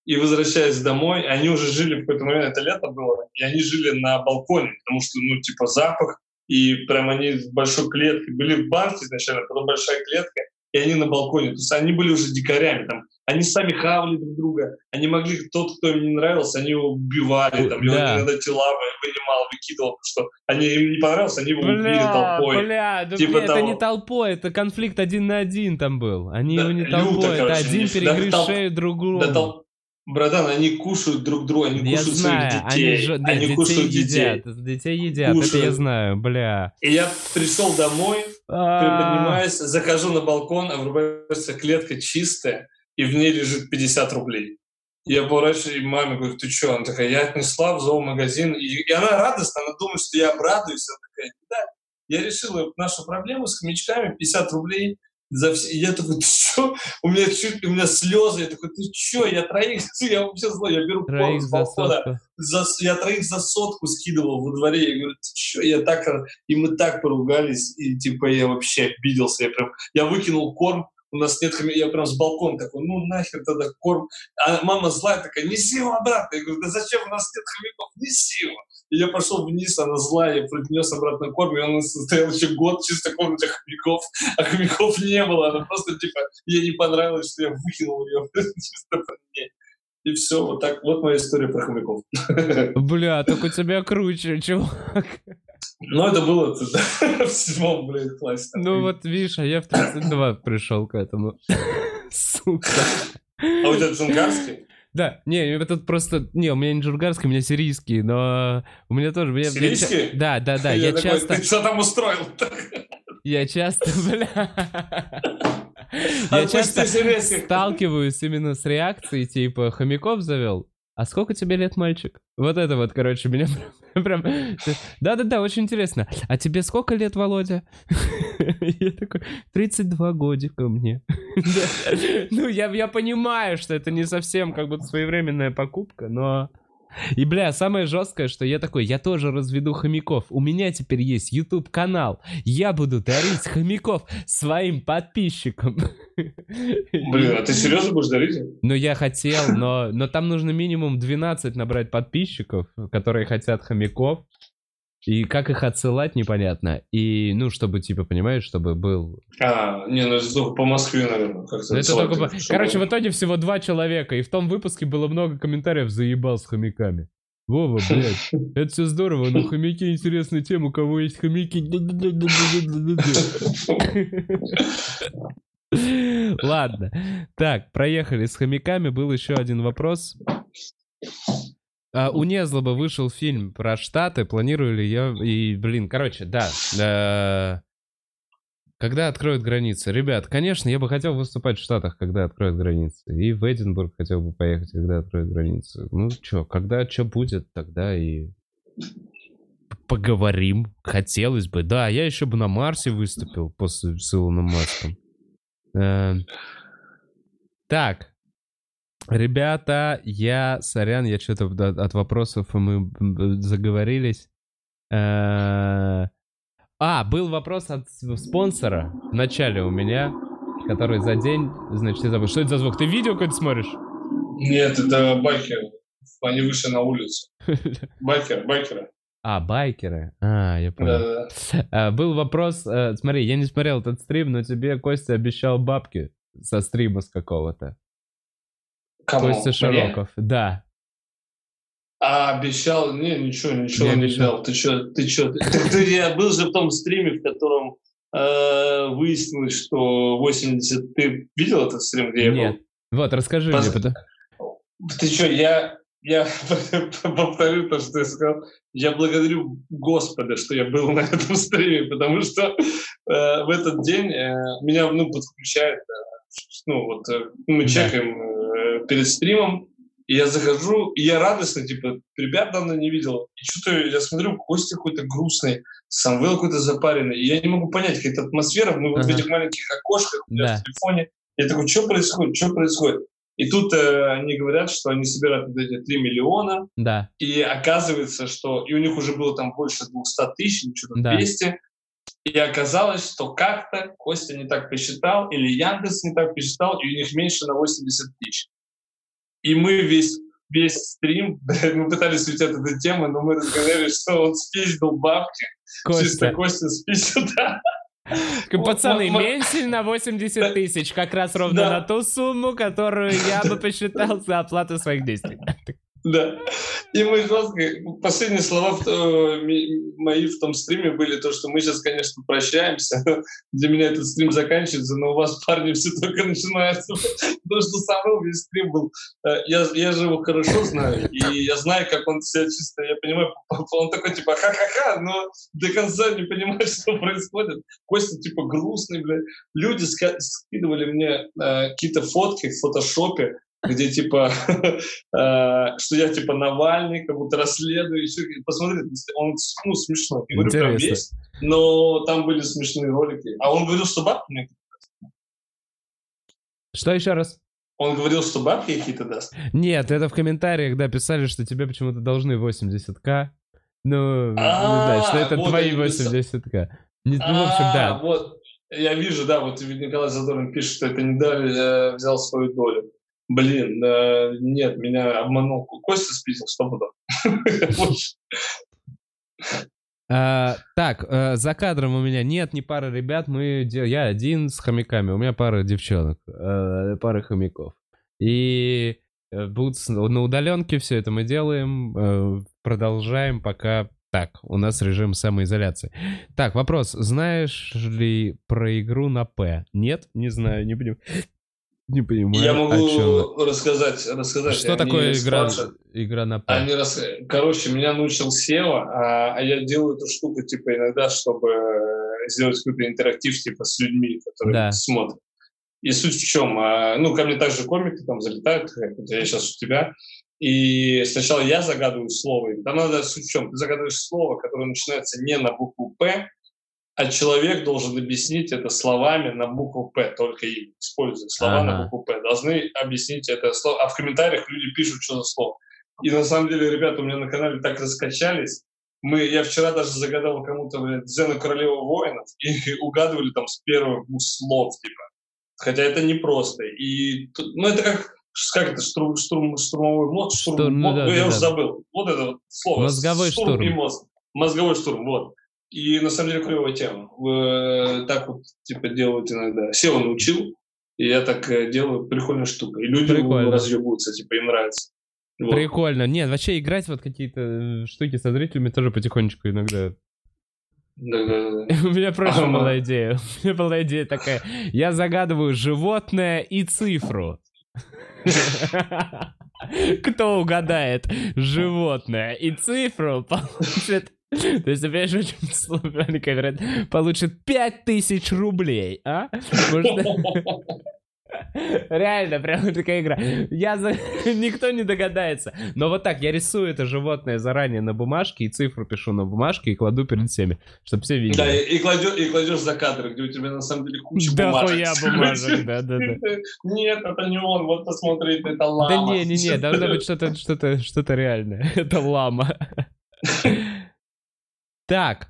B: и возвращаясь домой, они уже жили в какой-то момент, это лето было, и они жили на балконе, потому что, ну, типа, запах, и прям они в большой клетке, были в банке изначально, потом большая клетка, и они на балконе, то есть они были уже дикарями, там, они сами хавали друг друга, они могли, тот, кто им не нравился, они его убивали, там, или он иногда тела вынимал, выкидывал, потому что им не понравилось, они его убили толпой.
A: Типа это не толпой, это конфликт 1 на 1 там был, они его не толпой, это один перегрыз шею другому.
B: Братан, они кушают друг друга, они кушают своих детей.
A: Они кушают детей. Детей едят, кушают. Это я знаю, бля.
B: И я пришел домой, приподнимаюсь, захожу на балкон, а врубается клетка чистая, и в ней лежит 50 рублей. Я поворачиваюсь, и маме говорю, ты что? Она такая, я отнесла в зоомагазин. И она радостна, она думает, что я обрадуюсь. Она такая, да. Я решила нашу проблему с хомячками, 50 рублей. И я такой, ты что? У меня слезы. Я такой, ты что? Я вообще злой. Я беру корм с балкона. Я троих за сотку скидывал во дворе. Я говорю, ты что? И мы так поругались. И типа я вообще обиделся. Я выкинул корм. У нас нет хомяков. Я прям с балкона такой, ну нахер тогда корм. А мама злая такая, неси его обратно. Я говорю, да зачем, у нас нет хомяков? Неси его. И я пошел вниз, она злая, я принес обратно корм, и он стоял еще год чисто корм для хомяков, а хомяков не было. Она просто, типа, ей не понравилось, что я выкинул ее чисто по мне. И все, вот так, вот моя история про хомяков.
A: Бля, так у тебя круче, чувак.
B: Ну, это было в 7-м, блядь, классе.
A: Ну вот, видишь, а я в 32 пришел к этому. Сука.
B: А у тебя джунгарский?
A: Да, не, это просто... Не, у меня не джунгарский, у меня сирийский, но у меня тоже...
B: Сирийский?
A: Да, я
B: такой,
A: часто...
B: Ты что там устроил?
A: Я часто, Я часто сталкиваюсь именно с реакцией, типа, хомяков завел. А сколько тебе лет, мальчик? Вот это вот, короче, меня прям... Да, очень интересно. А тебе сколько лет, Володя? Я такой, 32 годика мне. Ну, я понимаю, что это не совсем как будто своевременная покупка, но... И, бля, самое жесткое, что я такой, я тоже разведу хомяков. У меня теперь есть YouTube-канал. Я буду дарить хомяков своим подписчикам.
B: Блин, а ты серьезно будешь дарить?
A: Ну, я хотел, но там нужно минимум 12 набрать подписчиков, которые хотят хомяков. И как их отсылать, непонятно. И, ну, чтобы, типа, понимаешь, чтобы был...
B: Ну это только по Москве, наверное.
A: Это только Короче, в итоге всего 2 человека, и в том выпуске было много комментариев «заебал с хомяками». Вова, блядь, это все здорово, но хомяки — интересная тема, у кого есть хомяки. Ладно. Так, проехали с хомяками. Был еще один вопрос. У Незлоба вышел фильм про Штаты, планирую ли я... И, блин, короче, да. Когда откроют границы? Ребят, конечно, я бы хотел выступать в Штатах, когда откроют границы. И в Эдинбург хотел бы поехать, когда откроют границы. Ну, чё, когда что будет, тогда и поговорим. Хотелось бы. Да, я еще бы на Марсе выступил с Илоном Маском. Так. Ребята, сорян, я что-то от вопросов мы заговорились. Был вопрос от спонсора в начале у меня, который за день, значит, я забыл. Что это за звук? Ты видео какое-то смотришь?
B: Нет, это байкеры. Они вышли на улицу. Байкеры.
A: Байкеры. Я понял. Да. Был вопрос, смотри, я не смотрел этот стрим, но тебе Костя обещал бабки со стрима с какого-то.
B: Кому?
A: Костя Широков, да.
B: Обещал? Не, ничего не обещал. Ты чё? Я был же в том стриме, в котором выяснилось, что 80... Ты видел этот стрим, где я был?
A: Нет. Вот, расскажи мне.
B: Ты чё, я повторю то, что я сказал. Я благодарю Господа, что я был на этом стриме, потому что в этот день меня подключает... мы чекаем перед стримом, и я захожу, и я радостно, типа, ребят давно не видел. И что-то я смотрю, Костя какой-то грустный, Самвел какой-то запаренный. И я не могу понять, какая-то атмосфера, мы вот в этих маленьких окошках, в телефоне. Я такой, что происходит? И тут они говорят, что они собирают вот эти 3 миллиона.
A: Да.
B: И оказывается, что... И у них уже было там больше 200 тысяч, что-то 200. И оказалось, что как-то Костя не так посчитал, или Яндекс не так посчитал, и у них меньше на 80 тысяч. И мы весь стрим, мы пытались уйти от этой темы, но мы разговаривали, что он спиздил бабки. Чисто Костя спиздил, да.
A: Пацаны, менсель на 80 тысяч, как раз ровно на ту сумму, которую я бы посчитал за оплату своих действий.
B: Да. И мы жестко... Последние слова мои в том стриме были то, что мы сейчас, конечно, прощаемся. Для меня этот стрим заканчивается, но у вас, парни, все только начинается. Потому что со мной весь стрим был... Я же его хорошо знаю, и я знаю, как он себя чувствует. Я понимаю, он такой, типа, ха-ха-ха, но до конца не понимает, что происходит. Костя, типа, грустный, блядь. Люди скидывали мне какие-то фотки в фотошопе, где, типа, что я, типа, Навальный, как будто расследую, еще. Посмотрите, он, ну, смешной. Я говорю, прям есть, но там были смешные ролики. А он говорил, что бабки мне даст.
A: Что еще раз?
B: Он говорил, что бабки какие-то даст.
A: Нет, это в комментариях, да, писали, что тебе почему-то должны 80к. Ну, да, что это твои 80к. Ну, в общем, да.
B: Вот, я вижу, да, вот Николай Задорнов пишет, что это не дали, взял свою долю. Блин, нет, меня обманул. Костя списал, 100%.
A: Так, за кадром у меня нет ни пары ребят, я один с хомяками, у меня пара девчонок, пара хомяков. И на удаленке все это мы делаем, продолжаем пока так, у нас режим самоизоляции. Так, вопрос, знаешь ли про игру на П? Нет, не знаю, не понимаю. Не понимаю.
B: Я могу рассказать.
A: Что такое игра на П?
B: Короче, меня научил Сева, а я делаю эту штуку, типа, иногда, чтобы сделать какой-то интерактив, типа, с людьми, которые смотрят. И суть в чем? Ну, ко мне также комики там залетают, хотя я сейчас у тебя. И сначала я загадываю слово. Там надо суть в чем? Ты загадываешь слово, которое начинается не на букву «П», а человек должен объяснить это словами на букву «П», только им, используя слова на букву «П». Должны объяснить это слово. А в комментариях люди пишут, что за слово. И на самом деле, ребята, у меня на канале так раскачались. Я вчера даже загадал кому-то Дзена Королева воинов, и угадывали там с первых слов, типа. Хотя это непросто. Ну, это как это, штурмовой мозг? Я уже забыл. Вот это вот слово.
A: Мозговой штурм.
B: И мозг. Мозговой штурм, вот. И на самом деле клевая тема. Так вот, типа, делают иногда. Сева научил, и я так делаю. Прикольная штука. И люди разъебутся, типа, им нравится.
A: Вот. Прикольно. Нет, вообще играть вот какие-то штуки со зрителями тоже потихонечку иногда.
B: Да.
A: У меня просто была идея. У меня была идея такая. Я загадываю животное и цифру. Кто угадает животное и цифру, получит... То есть, опять же, очень сложно, говорят, получит 5000 рублей, а? Реально, прям такая игра. Никто не догадается. Но вот так, я рисую это животное заранее на бумажке, и цифру пишу на бумажке, и кладу перед всеми, чтобы все видели.
B: Да, и кладешь за кадр, где у тебя на самом деле куча бумажек.
A: Да, хуя бумажек, да.
B: Нет, это не он, вот посмотри, это лама.
A: Да не, должно быть что-то реальное. Это лама. Так.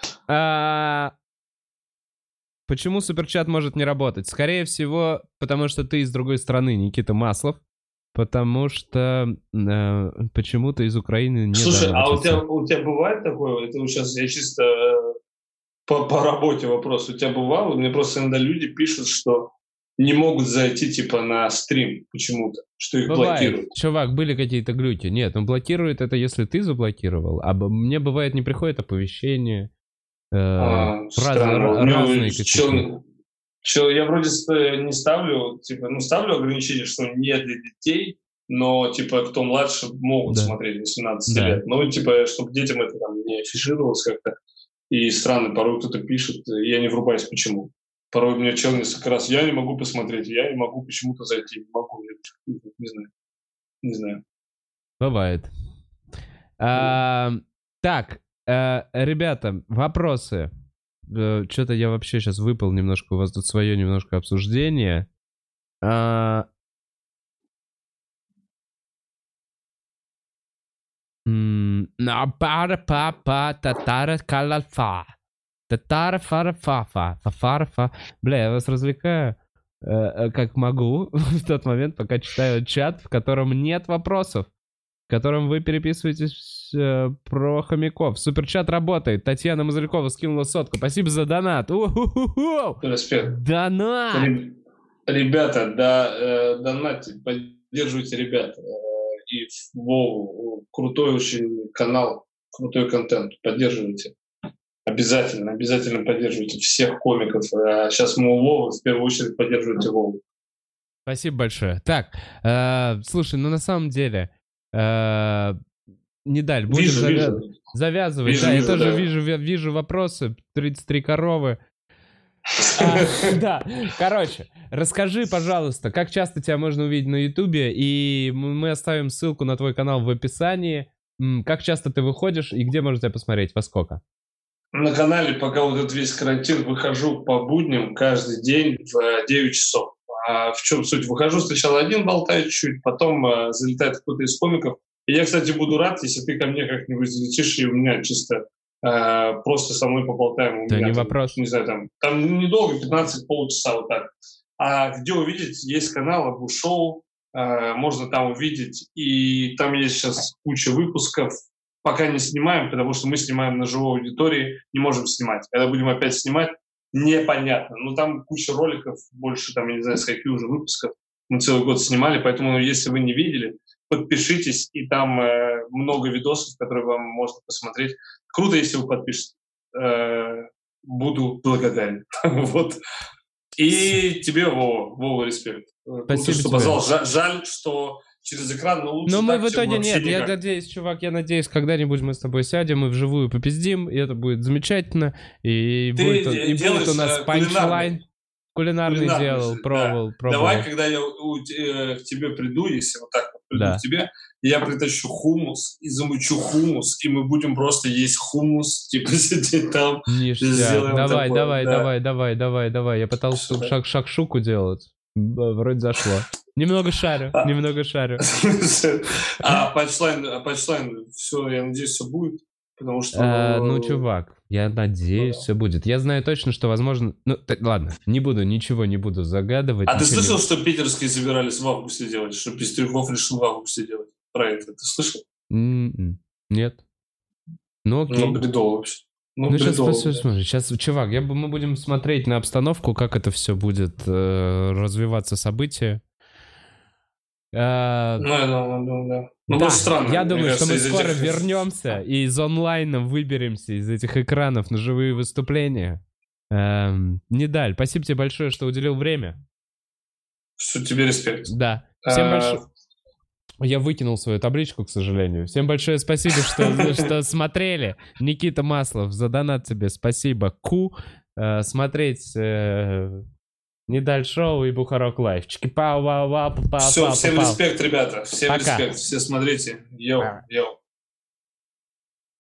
A: Почему суперчат может не работать? Скорее всего, потому что ты из другой страны, Никита Маслов. Потому что почему-то из Украины не...
B: Слушай, а у тебя бывает такое? Это сейчас я чисто по работе вопрос. У тебя бывало? Мне просто иногда люди пишут, что не могут зайти типа на стрим почему-то, что их блокируют.
A: Чувак, были какие-то глюки. Нет, он блокирует это, если ты заблокировал. А мне бывает не приходит оповещение. Разные какие-то.
B: Я вроде не ставлю, типа, ставлю ограничение, что нет для детей, но, типа, кто младше могут смотреть до 17 лет. Ну, типа, чтобы детям это там не афишировалось как-то. И странно, порой кто-то пишет, и я не врубаюсь, почему. Порой у меня чел несколько раз, я не могу посмотреть, я не могу почему-то зайти, не могу, не знаю.
A: Бывает. Так, ребята, вопросы. Что-то я вообще сейчас выпал немножко, у вас тут свое немножко обсуждение. Бля, я вас развлекаю. как могу, в тот момент, пока читаю чат, в котором нет вопросов, в котором вы переписываетесь про хомяков. Суперчат работает. Татьяна Мазырькова скинула 100. Спасибо за донат.
B: Респект.
A: Донат!
B: Ребята, да, донатьте, поддерживайте ребят. И Вову, крутой очень канал, крутой контент. Поддерживайте. Обязательно поддерживайте всех комиков. Сейчас мы у Вовы, в первую очередь поддерживайте Вову.
A: Спасибо большое. Так, слушай, ну на самом деле, Нидаль, будем завязывать. Да, я тоже вижу вопросы. 33 коровы. Да, короче, расскажи, пожалуйста, как часто тебя можно увидеть на Ютубе, и мы оставим ссылку на твой канал в описании. Как часто ты выходишь, и где можно тебя посмотреть, во сколько?
B: На канале, пока вот этот весь карантин, выхожу по будням каждый день в 9 часов. А в чем суть? Выхожу сначала один, болтаю чуть-чуть, потом залетает кто-то из комиков. И я, кстати, буду рад, если ты ко мне как-нибудь залетишь, и у меня чисто просто со мной поболтаем.
A: Да,
B: меня,
A: не вопрос.
B: Не знаю, там недолго, 15 полчаса вот так. А где увидеть? Есть канал Абу-шоу, можно там увидеть. И там есть сейчас куча выпусков. Пока не снимаем, потому что мы снимаем на живой аудитории, не можем снимать. Когда будем опять снимать, непонятно. Ну, там куча роликов, больше, там, я не знаю, с каких уже выпусков. Мы целый год снимали, поэтому, если вы не видели, подпишитесь, и там много видосов, которые вам можно посмотреть. Круто, если вы подпишетесь. Буду благодарен. Вот. И тебе, Вова, респект.
A: Спасибо
B: что позвал. Жаль, что через экран, но лучше.
A: Но мы в итоге нет. Я надеюсь, чувак, когда-нибудь мы с тобой сядем и вживую попиздим, и это будет замечательно. И будет у нас панчлайн. Кулинарный делал, пробовал.
B: Давай, когда я к тебе приду, если вот так вот приду к тебе, я притащу хумус и замучу хумус, и мы будем просто есть хумус, типа сидеть там.
A: Давай. Я пытался шакшуку делать. Вроде зашло. Немного шарю.
B: А панчлайн, все, я надеюсь, все будет. Потому что...
A: Ну, чувак, я надеюсь, все будет. Я знаю точно, что возможно... Ну, ладно, ничего не буду загадывать.
B: А ты слышал, что питерские собирались в августе делать? Что Пестрюков решил в августе делать? Про это ты слышал?
A: Нет. Ну, окей.
B: Ну, бредово вообще.
A: Сейчас, чувак, мы будем смотреть на обстановку, как это все будет развиваться события.
B: Да.
A: Да,
B: странно.
A: Я думаю, что мы скоро вернемся и из онлайна выберемся из этих экранов на живые выступления. Нидаль, спасибо тебе большое, что уделил время.
B: Все, тебе респект.
A: Да. Всем большое... Я выкинул свою табличку, к сожалению. Всем большое спасибо, что смотрели. Никита Маслов, за донат тебе спасибо. Смотреть... Нидаль Шоу и Бухарок Лайф.
B: Все, всем респект, ребята. Всем респект. Все смотрите. Йоу.